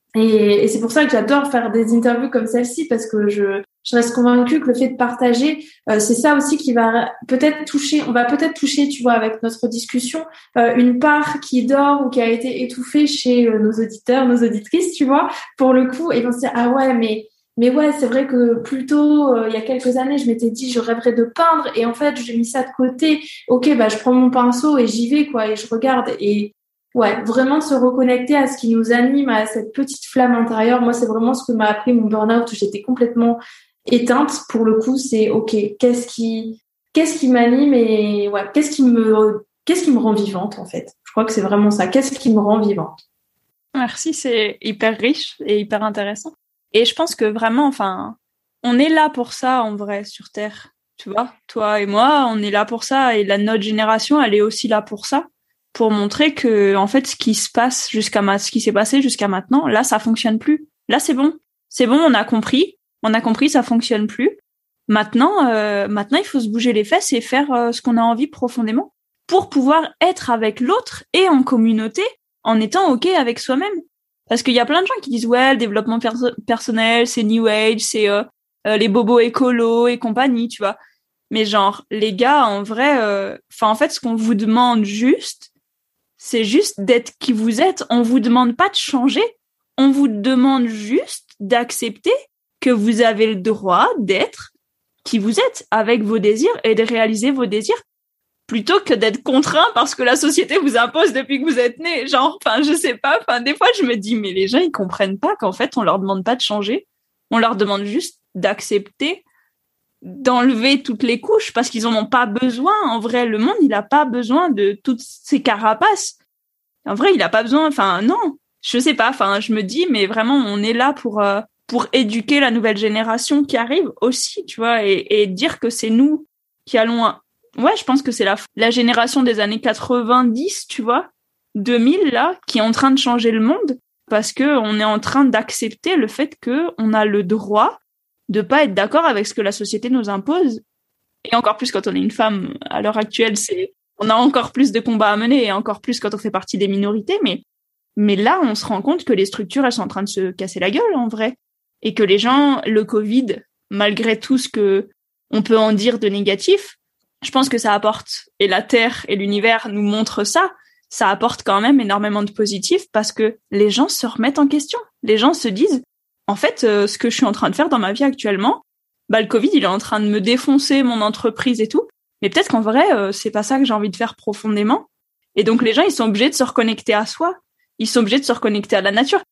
Et c'est pour ça que j'adore faire des interviews comme celle-ci, parce que je reste convaincue que le fait de partager, c'est ça aussi qui va on va peut-être toucher, tu vois, avec notre discussion, une part qui dort ou qui a été étouffée chez nos auditeurs, nos auditrices, tu vois, pour le coup, et ils vont se dire, ah ouais, mais ouais, c'est vrai que plus tôt, il y a quelques années, je m'étais dit, je rêverais de peindre, et en fait, j'ai mis ça de côté. Ok, je prends mon pinceau et j'y vais, quoi, et je regarde. Et ouais, vraiment se reconnecter à ce qui nous anime, à cette petite flamme intérieure. Moi, c'est vraiment ce que m'a appris mon burn-out, où j'étais complètement éteinte. Pour le coup, c'est ok, qu'est-ce qui m'anime et ouais, qu'est-ce qui me rend vivante, en fait. Je crois que c'est vraiment ça. Qu'est-ce qui me rend vivante? Merci, c'est hyper riche et hyper intéressant. Et je pense que vraiment, enfin, on est là pour ça en vrai sur Terre. Tu vois, toi et moi, on est là pour ça, et notre génération, elle est aussi là pour ça, pour montrer que en fait, ce qui se passe ce qui s'est passé jusqu'à maintenant, là, ça fonctionne plus. Là, c'est bon, on a compris, ça fonctionne plus. Maintenant, il faut se bouger les fesses et faire ce qu'on a envie profondément pour pouvoir être avec l'autre et en communauté, en étant ok avec soi-même. Parce qu'il y a plein de gens qui disent ouais, le développement personnel, c'est New Age, c'est les bobos écolos et compagnie, tu vois. Mais genre, les gars, en vrai, en fait, ce qu'on vous demande juste, c'est juste d'être qui vous êtes. On vous demande pas de changer. On vous demande juste d'accepter que vous avez le droit d'être qui vous êtes avec vos désirs et de réaliser vos désirs, plutôt que d'être contraint parce que la société vous impose depuis que vous êtes né. Genre, je sais pas, des fois, je me dis, mais les gens, ils comprennent pas qu'en fait, on leur demande pas de changer. On leur demande juste d'accepter, d'enlever toutes les couches parce qu'ils en ont pas besoin. En vrai, le monde, il a pas besoin de toutes ces carapaces. En vrai, il a pas besoin, non. Je sais pas, je me dis, mais vraiment, on est là pour éduquer la nouvelle génération qui arrive aussi, tu vois, et dire que c'est nous qui allons ouais, je pense que c'est la génération des années 90, tu vois, 2000 là, qui est en train de changer le monde, parce que on est en train d'accepter le fait que on a le droit de pas être d'accord avec ce que la société nous impose. Et encore plus quand on est une femme à l'heure actuelle, on a encore plus de combats à mener, et encore plus quand on fait partie des minorités, mais là, on se rend compte que les structures, elles sont en train de se casser la gueule, en vrai. Et que les gens, le Covid, malgré tout ce que on peut en dire de négatif, je pense que ça apporte, et la Terre et l'univers nous montrent ça apporte quand même énormément de positif, parce que les gens se remettent en question. Les gens se disent, en fait, ce que je suis en train de faire dans ma vie actuellement, le Covid, il est en train de me défoncer mon entreprise et tout, mais peut-être qu'en vrai, c'est pas ça que j'ai envie de faire profondément. Et donc, les gens, ils sont obligés de se reconnecter à soi. Ils sont obligés de se reconnecter à la nature.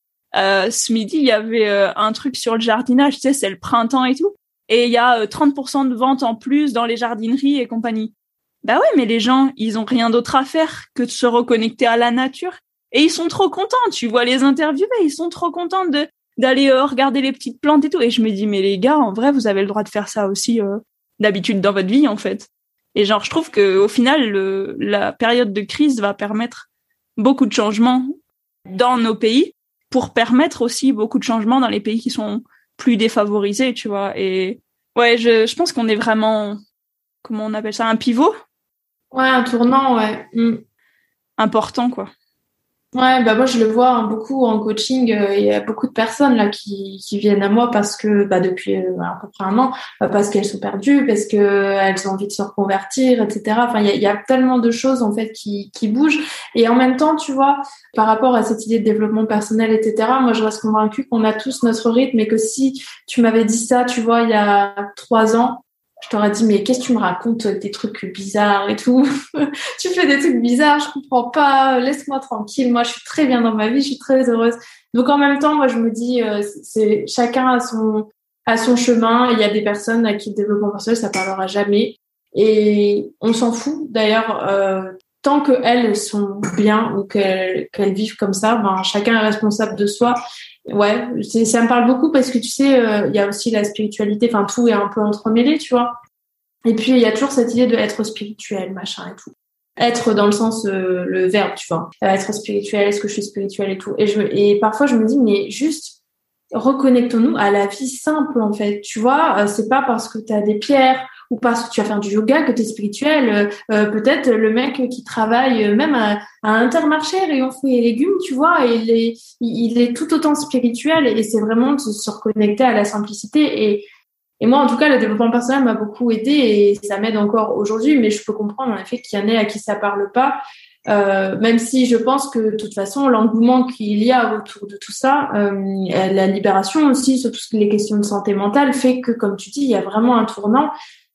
Ce midi, il y avait un truc sur le jardinage, tu sais, c'est le printemps et tout. Et il y a 30% de ventes en plus dans les jardineries et compagnie. Bah ouais, mais les gens, ils ont rien d'autre à faire que de se reconnecter à la nature. Et ils sont trop contents. Tu vois les interviewés, ils sont trop contents d'aller regarder les petites plantes et tout. Et je me dis, mais les gars, en vrai, vous avez le droit de faire ça aussi d'habitude dans votre vie, en fait. Et genre, je trouve que au final, la période de crise va permettre beaucoup de changements dans nos pays, pour permettre aussi beaucoup de changements dans les pays qui sont plus défavorisés, tu vois. Et ouais, je pense qu'on est vraiment, comment on appelle ça, un pivot? Ouais, un tournant, ouais. Important, quoi. Ouais, bah moi je le vois beaucoup en coaching. Il y a beaucoup de personnes là qui viennent à moi parce que depuis à peu près un an, parce qu'elles sont perdues, parce que elles ont envie de se reconvertir, etc. Enfin, il y a tellement de choses en fait qui bougent. Et en même temps, tu vois, par rapport à cette idée de développement personnel, etc. Moi, je reste convaincue qu'on a tous notre rythme et que si tu m'avais dit ça, tu vois, il y a 3 ans. Je t'aurais dit, mais qu'est-ce que tu me racontes, des trucs bizarres et tout. Tu fais des trucs bizarres, je comprends pas, laisse-moi tranquille. Moi, je suis très bien dans ma vie, je suis très heureuse. Donc, en même temps, moi, je me dis, c'est chacun a son chemin. Il y a des personnes à qui le développement personnel, ça parlera jamais. Et on s'en fout. D'ailleurs, tant que elles sont bien ou qu'elles vivent comme ça, chacun est responsable de soi. Ouais, ça me parle beaucoup parce que tu sais, il y a aussi la spiritualité, enfin tout est un peu entremêlé, tu vois. Et puis il y a toujours cette idée de être spirituel, machin et tout. Être dans le sens le verbe, tu vois. Être spirituel, est-ce que je suis spirituelle et tout. Et parfois je me dis mais juste reconnectons-nous à la vie simple en fait, tu vois. C'est pas parce que tu as des pierres ou parce que tu vas faire du yoga que tu es spirituel. Peut-être le mec qui travaille même à Intermarché, rayon fruits et légumes, tu vois, et il est tout autant spirituel et c'est vraiment de se reconnecter à la simplicité. Et moi, en tout cas, le développement personnel m'a beaucoup aidé et ça m'aide encore aujourd'hui, mais je peux comprendre en effet qu'il y en ait à qui ça parle pas. Même si je pense que de toute façon l'engouement qu'il y a autour de tout ça, la libération aussi sur toutes les questions de santé mentale fait que, comme tu dis, il y a vraiment un tournant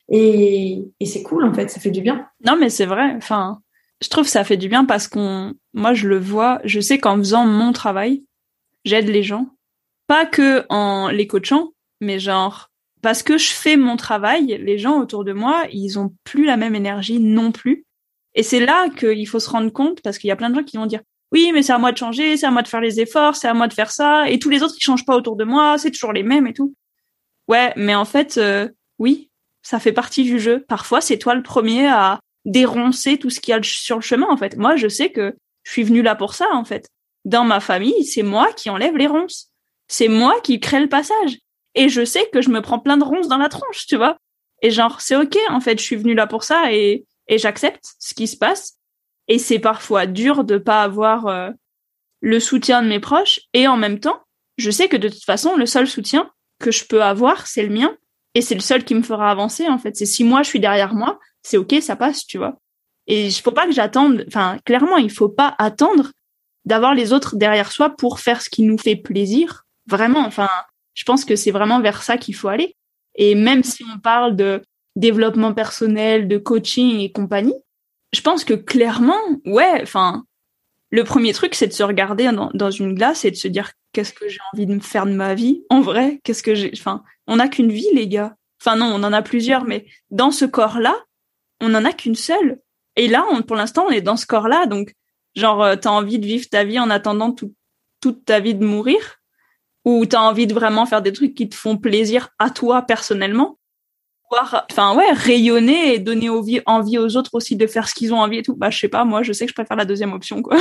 et c'est cool en fait, ça fait du bien. Non, mais c'est vrai. Enfin, je trouve que ça fait du bien parce moi, je le vois. Je sais qu'en faisant mon travail, j'aide les gens, pas que en les coachant, mais genre parce que je fais mon travail, les gens autour de moi, ils ont plus la même énergie non plus. Et c'est là qu'il faut se rendre compte, parce qu'il y a plein de gens qui vont dire oui, mais c'est à moi de changer, c'est à moi de faire les efforts, c'est à moi de faire ça, et tous les autres ils changent pas autour de moi, c'est toujours les mêmes et tout. Ouais, mais en fait, oui, ça fait partie du jeu. Parfois, c'est toi le premier à déroncer tout ce qu'il y a sur le chemin, en fait. Moi, je sais que je suis venue là pour ça, en fait. Dans ma famille, c'est moi qui enlève les ronces. C'est moi qui crée le passage. Et je sais que je me prends plein de ronces dans la tronche, tu vois. Et genre, c'est ok, en fait, je suis venue là pour ça et j'accepte ce qui se passe. Et c'est parfois dur de pas avoir le soutien de mes proches. Et en même temps, je sais que de toute façon, le seul soutien que je peux avoir, c'est le mien. Et c'est le seul qui me fera avancer, en fait. C'est si moi, je suis derrière moi, c'est ok, ça passe, tu vois. Et il faut pas que j'attende, enfin, clairement, il faut pas attendre d'avoir les autres derrière soi pour faire ce qui nous fait plaisir. Vraiment, enfin, je pense que c'est vraiment vers ça qu'il faut aller. Et même si on parle de développement personnel, de coaching et compagnie, je pense que clairement, ouais, enfin, le premier truc, c'est de se regarder dans une glace et de se dire qu'est-ce que j'ai envie de me faire de ma vie. En vrai, qu'est-ce que j'ai, enfin, on n'a qu'une vie, les gars. Enfin, non, on en a plusieurs, mais dans ce corps-là, on n'en a qu'une seule. Et là, pour l'instant, on est dans ce corps-là, donc, genre, t'as envie de vivre ta vie en attendant toute ta vie de mourir? Ou t'as envie de vraiment faire des trucs qui te font plaisir à toi personnellement? Enfin, ouais, rayonner et donner envie aux autres aussi de faire ce qu'ils ont envie et tout. Bah, je sais pas, moi, je sais que je préfère la deuxième option, quoi.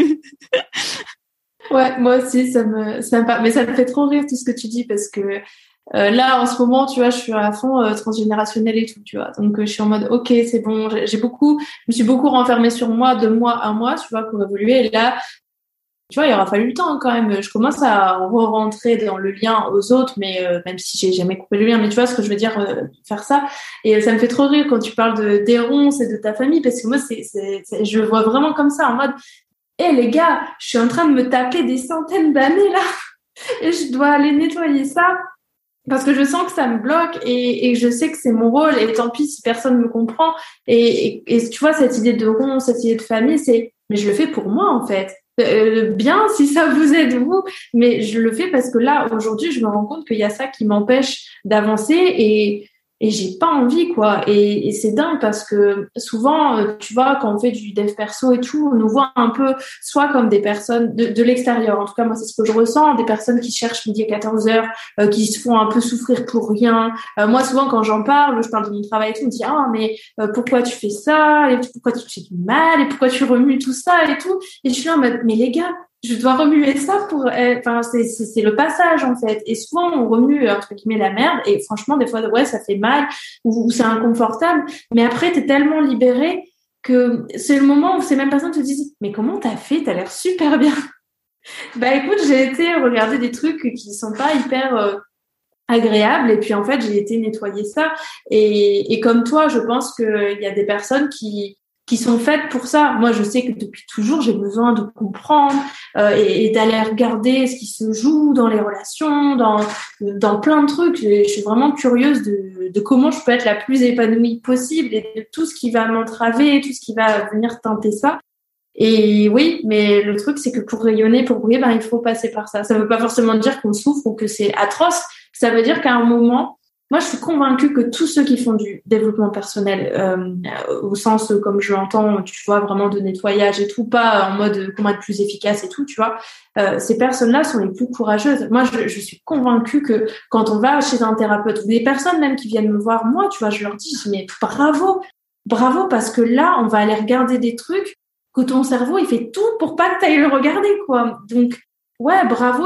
Ouais, moi aussi, mais ça me fait trop rire tout ce que tu dis parce que là, en ce moment, tu vois, je suis à fond transgénérationnel et tout, tu vois. Donc, je suis en mode, ok, c'est bon. Je me suis beaucoup renfermée sur moi, de mois à mois, tu vois, pour évoluer. Et là, tu vois, il aura fallu le temps quand même. Je commence à re-rentrer dans le lien aux autres, mais même si j'ai jamais coupé le lien, mais tu vois ce que je veux dire, faire ça. Et ça me fait trop rire quand tu parles des ronces et de ta famille, parce que moi, je le vois vraiment comme ça, en mode, hé les gars, je suis en train de me taper des centaines d'années là, et je dois aller nettoyer ça. Parce que je sens que ça me bloque et je sais que c'est mon rôle et tant pis si personne me comprend. Et tu vois, cette idée de rond, cette idée de famille, mais je le fais pour moi en fait. Bien si ça vous aide vous, mais je le fais parce que là, aujourd'hui, je me rends compte qu'il y a ça qui m'empêche d'avancer et j'ai pas envie quoi. Et c'est dingue parce que souvent, tu vois, quand on fait du dev perso et tout, on nous voit un peu soit comme des personnes de l'extérieur. En tout cas, moi, c'est ce que je ressens, des personnes qui cherchent midi à 14h, qui se font un peu souffrir pour rien. Moi, souvent, quand je parle de mon travail et tout, on me dit ah mais pourquoi tu fais ça et pourquoi tu fais du mal et pourquoi tu remues tout ça et tout. Et je suis là en mode mais les gars, je dois remuer ça enfin c'est le passage en fait. Et souvent on remue entre guillemets la merde et franchement des fois ouais ça fait mal ou c'est inconfortable, mais après t'es tellement libéré que c'est le moment où ces mêmes personnes te disent mais comment t'as fait, t'as l'air super bien. Bah écoute, j'ai été regarder des trucs qui sont pas hyper agréables et puis en fait j'ai été nettoyer ça et comme toi je pense qu'il y a des personnes qui sont faites pour ça. Moi je sais que depuis toujours j'ai besoin de comprendre et d'aller regarder ce qui se joue dans les relations, dans plein de trucs. Je suis vraiment curieuse de comment je peux être la plus épanouie possible et de tout ce qui va m'entraver, tout ce qui va venir teinter ça. Et oui, mais le truc, c'est que pour rayonner, pour briller, il faut passer par ça. Ça veut pas forcément dire qu'on souffre ou que c'est atroce. Ça veut dire qu'à un moment, moi, je suis convaincue que tous ceux qui font du développement personnel, au sens, comme je l'entends, tu vois, vraiment de nettoyage et tout, pas en mode comment être plus efficace et tout, tu vois, ces personnes-là sont les plus courageuses. Moi, je suis convaincue que quand on va chez un thérapeute ou des personnes même qui viennent me voir, moi, tu vois, je leur dis, mais bravo, parce que là, on va aller regarder des trucs que ton cerveau, il fait tout pour pas que tu ailles le regarder, quoi. Donc, ouais, bravo,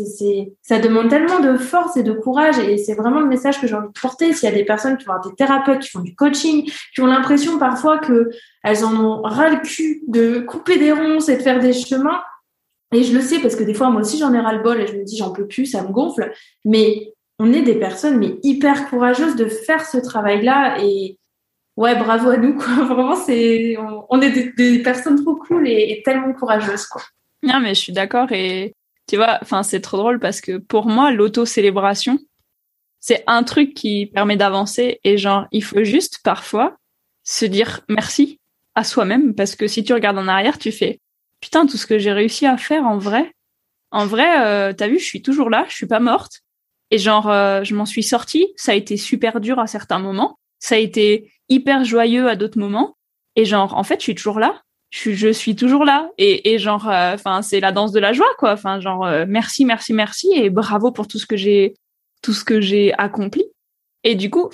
ça demande tellement de force et de courage et c'est vraiment le message que j'ai envie de porter. S'il y a des personnes qui vont avoir des thérapeutes, qui font du coaching, qui ont l'impression parfois que elles en ont ras le cul de couper des ronces et de faire des chemins. Et je le sais parce que des fois, moi aussi, j'en ai ras le bol et je me dis, j'en peux plus, ça me gonfle. Mais on est des personnes, mais hyper courageuses de faire ce travail-là et, ouais, bravo à nous, quoi. Vraiment, on est des personnes trop cool et tellement courageuses, quoi. Non, mais je suis d'accord et tu vois, enfin, c'est trop drôle parce que pour moi, l'auto-célébration, c'est un truc qui permet d'avancer et genre, il faut juste parfois se dire merci à soi-même parce que si tu regardes en arrière, tu fais putain, tout ce que j'ai réussi à faire en vrai, t'as vu, je suis toujours là, je suis pas morte et genre, je m'en suis sortie. Ça a été super dur à certains moments, ça a été hyper joyeux à d'autres moments et genre, en fait, je suis toujours là. Je suis toujours là et genre enfin c'est la danse de la joie quoi, enfin genre merci et bravo pour tout ce que j'ai accompli. Et du coup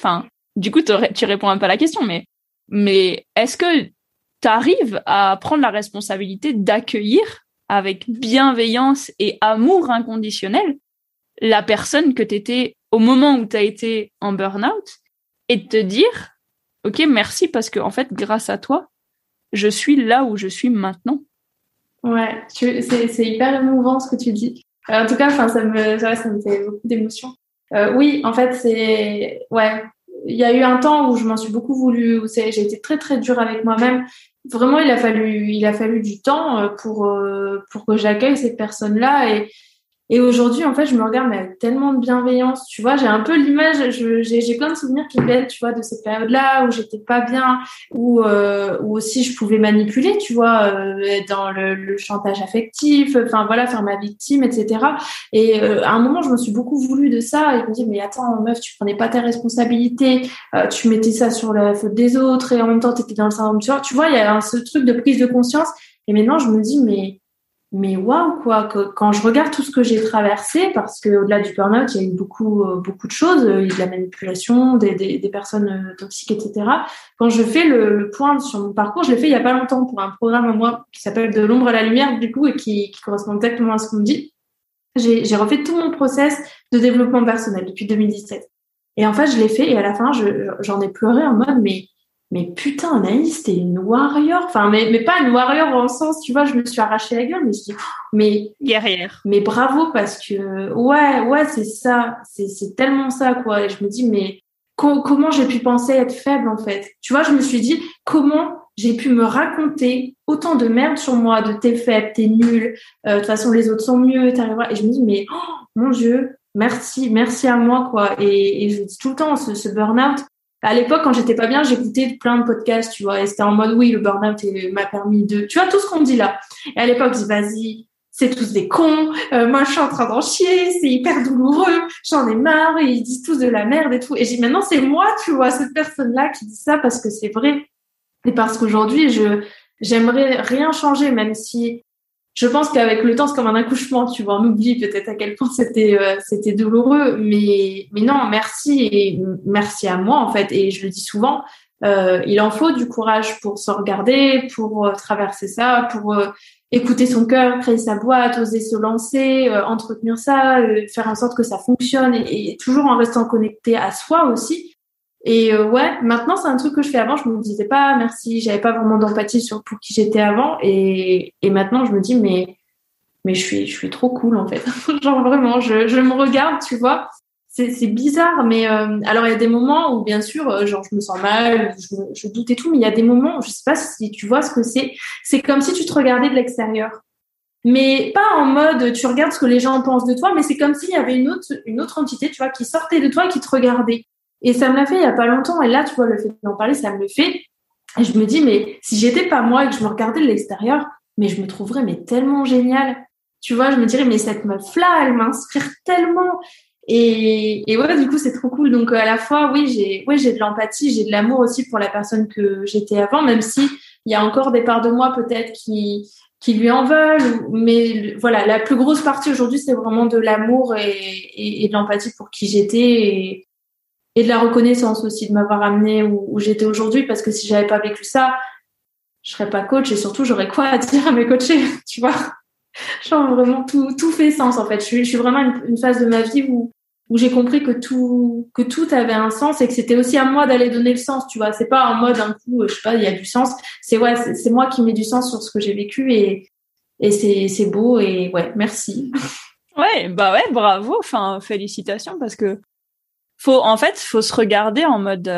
tu réponds un peu à la question, mais est-ce que tu arrives à prendre la responsabilité d'accueillir avec bienveillance et amour inconditionnel la personne que t'étais au moment où t'as été en burn-out et de te dire ok merci parce que en fait grâce à toi je suis là où je suis maintenant. Ouais, c'est hyper émouvant ce que tu dis. En tout cas, ça me fait beaucoup d'émotions. Oui, en fait, ouais, il y a eu un temps où je m'en suis beaucoup voulu, où j'ai été très très dure avec moi-même. Vraiment, il a fallu du temps pour que j'accueille cette personne-là et aujourd'hui, en fait, je me regarde mais avec tellement de bienveillance. Tu vois, j'ai un peu l'image, j'ai plein de souvenirs qui viennent, tu vois, de cette période-là où j'étais pas bien, où aussi je pouvais manipuler, tu vois, dans le chantage affectif, enfin voilà, faire ma victime, etc. Et à un moment, je me suis beaucoup voulu de ça et je me dis, mais attends, meuf, tu prenais pas tes responsabilités, tu mettais ça sur la faute des autres et en même temps, t'étais dans le syndrome, tu vois, il y a ce truc de prise de conscience. Et maintenant, je me dis, mais waouh quoi, que quand je regarde tout ce que j'ai traversé, parce que au-delà du burn-out, il y a eu beaucoup de choses, il y a eu de la manipulation, des personnes toxiques, etc. Quand je fais le point sur mon parcours, je l'ai fait il y a pas longtemps pour un programme à moi qui s'appelle De l'ombre à la lumière du coup et qui correspond exactement à ce qu'on me dit. J'ai refait tout mon process de développement personnel depuis 2017. Et en fait, je l'ai fait et à la fin, j'en ai pleuré en mode mais putain, Anaïs, t'es une warrior. Enfin, mais pas une warrior dans le sens, tu vois, je me suis arraché la gueule, mais je dis, mais guerrière. Mais bravo parce que, ouais, c'est ça. C'est tellement ça, quoi. Et je me dis, mais comment j'ai pu penser être faible, en fait? Tu vois, je me suis dit, comment j'ai pu me raconter autant de merde sur moi, de t'es faible, t'es nulle, de toute façon, les autres sont mieux, t'arriveras. Et je me dis, mais, oh, mon Dieu, merci à moi, quoi. Et je dis tout le temps, ce burn-out, à l'époque, quand j'étais pas bien, j'écoutais plein de podcasts, tu vois, et c'était en mode, oui, le burn-out m'a permis de, tu vois, tout ce qu'on dit là. Et à l'époque, je dis, vas-y, c'est tous des cons, moi je suis en train d'en chier, c'est hyper douloureux, j'en ai marre, et ils disent tous de la merde et tout. Et j'ai maintenant, c'est moi, tu vois, cette personne-là qui dit ça parce que c'est vrai. Et parce qu'aujourd'hui, j'aimerais rien changer, même si je pense qu'avec le temps, c'est comme un accouchement, tu vois. On oublie peut-être à quel point c'était douloureux, mais non, merci et merci à moi en fait. Et je le dis souvent, il en faut du courage pour se regarder, pour traverser ça, pour écouter son cœur, créer sa boîte, oser se lancer, entretenir ça, faire en sorte que ça fonctionne et toujours en restant connecté à soi aussi. Et ouais, maintenant c'est un truc que je fais. Avant, je me disais pas merci, j'avais pas vraiment d'empathie pour qui j'étais avant. Et maintenant, je me dis mais je suis trop cool en fait. Genre vraiment, je me regarde, tu vois. C'est bizarre, mais alors il y a des moments où bien sûr, genre je me sens mal, je doute et tout, mais il y a des moments où je sais pas si tu vois ce que c'est. C'est comme si tu te regardais de l'extérieur, mais pas en mode tu regardes ce que les gens pensent de toi, mais c'est comme s'il y avait une autre entité, tu vois, qui sortait de toi et qui te regardait. Et ça me l'a fait il y a pas longtemps. Et là, tu vois, le fait d'en parler, ça me le fait. Et je me dis, mais si j'étais pas moi et que je me regardais de l'extérieur, mais je me trouverais mais tellement géniale. Tu vois, je me dirais, mais cette meuf-là, elle m'inspire tellement. Et ouais, du coup, c'est trop cool. Donc, à la fois, oui, j'ai de l'empathie, j'ai de l'amour aussi pour la personne que j'étais avant, même si il y a encore des parts de moi peut-être qui lui en veulent. Mais voilà, la plus grosse partie aujourd'hui, c'est vraiment de l'amour et de l'empathie pour qui j'étais et de la reconnaissance aussi de m'avoir amenée où j'étais aujourd'hui. Parce que si j'avais pas vécu ça, je serais pas coach et surtout, j'aurais quoi à dire à mes coachés, tu vois? Genre vraiment tout fait sens en fait. Je suis vraiment une phase de ma vie où j'ai compris que tout avait un sens et que c'était aussi à moi d'aller donner le sens, tu vois. C'est pas en mode un coup, je sais pas, il y a du sens. C'est ouais, c'est moi qui mets du sens sur ce que j'ai vécu et c'est beau et ouais, merci. Ouais, bah ouais, bravo. Enfin, félicitations parce que faut se regarder en mode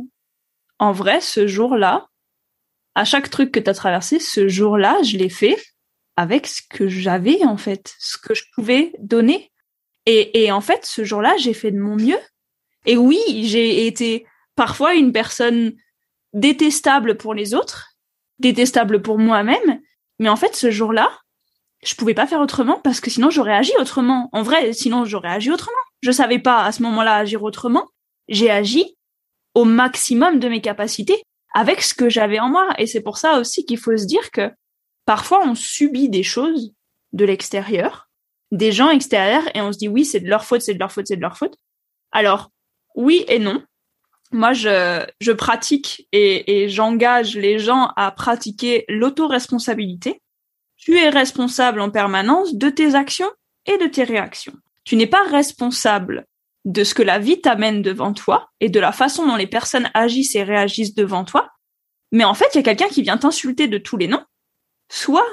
en vrai, ce jour-là, à chaque truc que t'as traversé, ce jour-là, je l'ai fait avec ce que j'avais en fait, ce que je pouvais donner. Et en fait, ce jour-là, j'ai fait de mon mieux. Et oui, j'ai été parfois une personne détestable pour les autres, détestable pour moi-même, mais en fait, ce jour-là, je pouvais pas faire autrement parce que sinon j'aurais agi autrement. En vrai, sinon j'aurais agi autrement. Je savais pas à ce moment-là agir autrement. J'ai agi au maximum de mes capacités avec ce que j'avais en moi. Et c'est pour ça aussi qu'il faut se dire que parfois on subit des choses de l'extérieur, des gens extérieurs, et on se dit oui, c'est de leur faute, c'est de leur faute, c'est de leur faute. Alors, oui et non. Moi, je pratique et j'engage les gens à pratiquer l'autoresponsabilité. Tu es responsable en permanence de tes actions et de tes réactions. Tu n'es pas responsable de ce que la vie t'amène devant toi et de la façon dont les personnes agissent et réagissent devant toi. Mais en fait, il y a quelqu'un qui vient t'insulter de tous les noms. Soit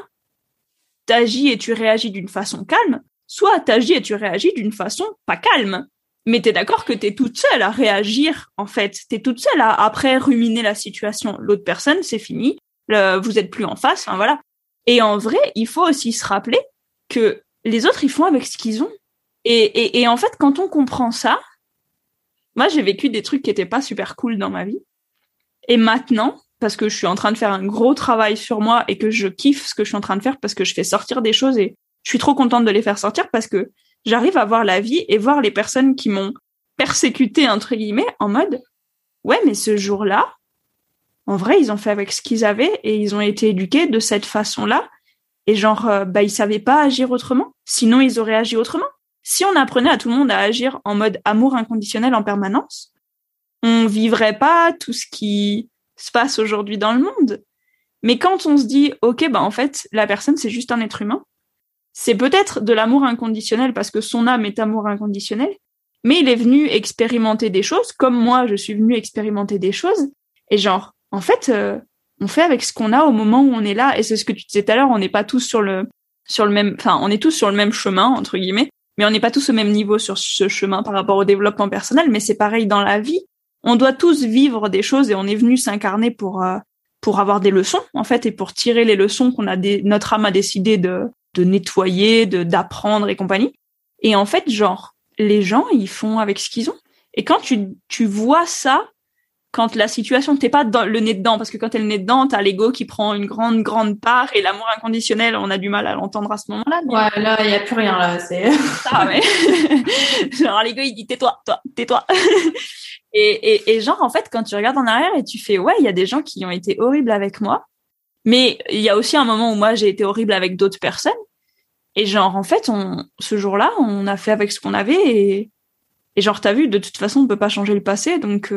t'agis et tu réagis d'une façon calme, soit t'agis et tu réagis d'une façon pas calme. Mais t'es d'accord que t'es toute seule à réagir, en fait. T'es toute seule à, après, ruminer la situation. L'autre personne, c'est fini. Vous êtes plus en face, enfin voilà. Et en vrai, il faut aussi se rappeler que les autres, ils font avec ce qu'ils ont. Et en fait, quand on comprend ça, moi, j'ai vécu des trucs qui étaient pas super cool dans ma vie. Et maintenant, parce que je suis en train de faire un gros travail sur moi et que je kiffe ce que je suis en train de faire parce que je fais sortir des choses et je suis trop contente de les faire sortir parce que j'arrive à voir la vie et voir les personnes qui m'ont persécuté, entre guillemets, en mode, ouais, mais ce jour-là, en vrai, ils ont fait avec ce qu'ils avaient et ils ont été éduqués de cette façon-là. Et genre, ils savaient pas agir autrement. Sinon, ils auraient agi autrement. Si on apprenait à tout le monde à agir en mode amour inconditionnel en permanence, on vivrait pas tout ce qui se passe aujourd'hui dans le monde. Mais quand on se dit, ok, en fait, la personne, c'est juste un être humain, c'est peut-être de l'amour inconditionnel parce que son âme est amour inconditionnel, mais il est venu expérimenter des choses, comme moi, je suis venue expérimenter des choses, et genre, en fait, on fait avec ce qu'on a au moment où on est là, et c'est ce que tu disais tout à l'heure, on n'est pas tous sur le même, enfin, on est tous sur le même chemin, entre guillemets, mais on n'est pas tous au même niveau sur ce chemin par rapport au développement personnel, mais c'est pareil dans la vie. On doit tous vivre des choses et on est venu s'incarner pour avoir des leçons, en fait, et pour tirer les leçons notre âme a décidé de nettoyer, d'apprendre et compagnie. Et en fait, genre, les gens, ils font avec ce qu'ils ont. Et quand tu vois ça, quand la situation, t'es pas dans le nez dedans, parce que quand t'es le nez dedans, t'as l'ego qui prend une grande part, et l'amour inconditionnel, on a du mal à l'entendre à ce moment-là. Ouais, là, il y a plus rien, là, c'est... Ah, ouais. Genre, l'ego, il dit, tais-toi. Et genre, en fait, quand tu regardes en arrière et tu fais, ouais, il y a des gens qui ont été horribles avec moi, mais il y a aussi un moment où moi, j'ai été horrible avec d'autres personnes. Et genre, en fait, ce jour-là, on a fait avec ce qu'on avait et genre, t'as vu, de toute façon, on peut pas changer le passé, donc,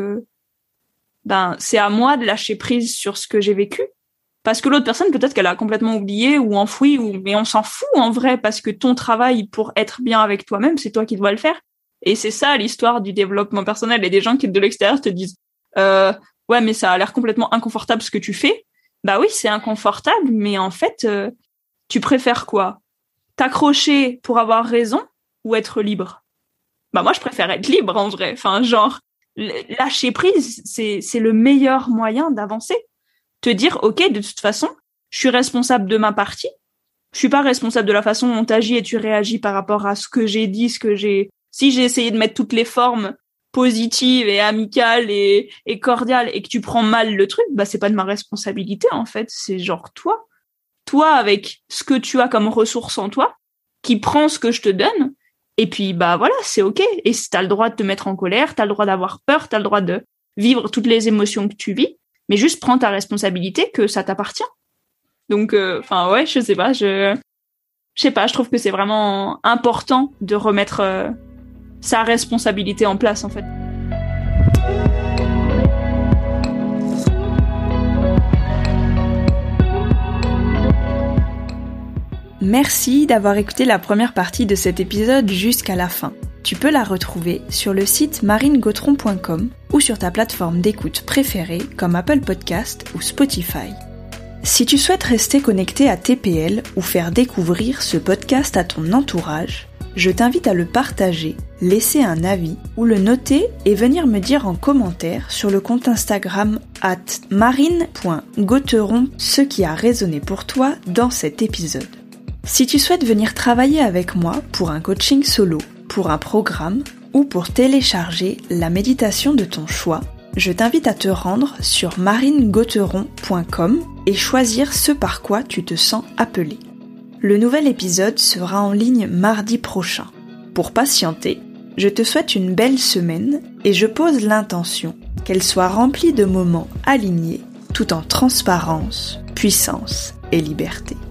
c'est à moi de lâcher prise sur ce que j'ai vécu. Parce que l'autre personne, peut-être qu'elle a complètement oublié ou enfoui, mais on s'en fout en vrai, parce que ton travail pour être bien avec toi-même, c'est toi qui dois le faire. Et c'est ça l'histoire du développement personnel. Et des gens qui de l'extérieur te disent ouais, mais ça a l'air complètement inconfortable ce que tu fais. Bah oui, c'est inconfortable, mais en fait, tu préfères quoi? T'accrocher pour avoir raison ou être libre? Bah moi, je préfère être libre en vrai. Enfin, genre, lâcher prise, c'est le meilleur moyen d'avancer. Te dire, ok, de toute façon, je suis responsable de ma partie. Je suis pas responsable de la façon dont t'agis et tu réagis par rapport à ce que j'ai dit, si j'ai essayé de mettre toutes les formes positives et amicales et cordiales et que tu prends mal le truc, bah c'est pas de ma responsabilité en fait. C'est genre toi avec ce que tu as comme ressources en toi, qui prend ce que je te donne. Et puis, bah voilà, c'est ok. Et si t'as le droit de te mettre en colère, t'as le droit d'avoir peur, t'as le droit de vivre toutes les émotions que tu vis, mais juste prends ta responsabilité que ça t'appartient. Donc, ouais, je sais pas, je trouve que c'est vraiment important de remettre sa responsabilité en place, en fait. Merci d'avoir écouté la première partie de cet épisode jusqu'à la fin. Tu peux la retrouver sur le site marinegautron.com ou sur ta plateforme d'écoute préférée comme Apple Podcast ou Spotify. Si tu souhaites rester connecté à TPL ou faire découvrir ce podcast à ton entourage, je t'invite à le partager, laisser un avis ou le noter et venir me dire en commentaire sur le compte Instagram @marine.gauteron ce qui a résonné pour toi dans cet épisode. Si tu souhaites venir travailler avec moi pour un coaching solo, pour un programme ou pour télécharger la méditation de ton choix, je t'invite à te rendre sur marinegauteron.com et choisir ce par quoi tu te sens appelé. Le nouvel épisode sera en ligne mardi prochain. Pour patienter, je te souhaite une belle semaine et je pose l'intention qu'elle soit remplie de moments alignés tout en transparence, puissance et liberté.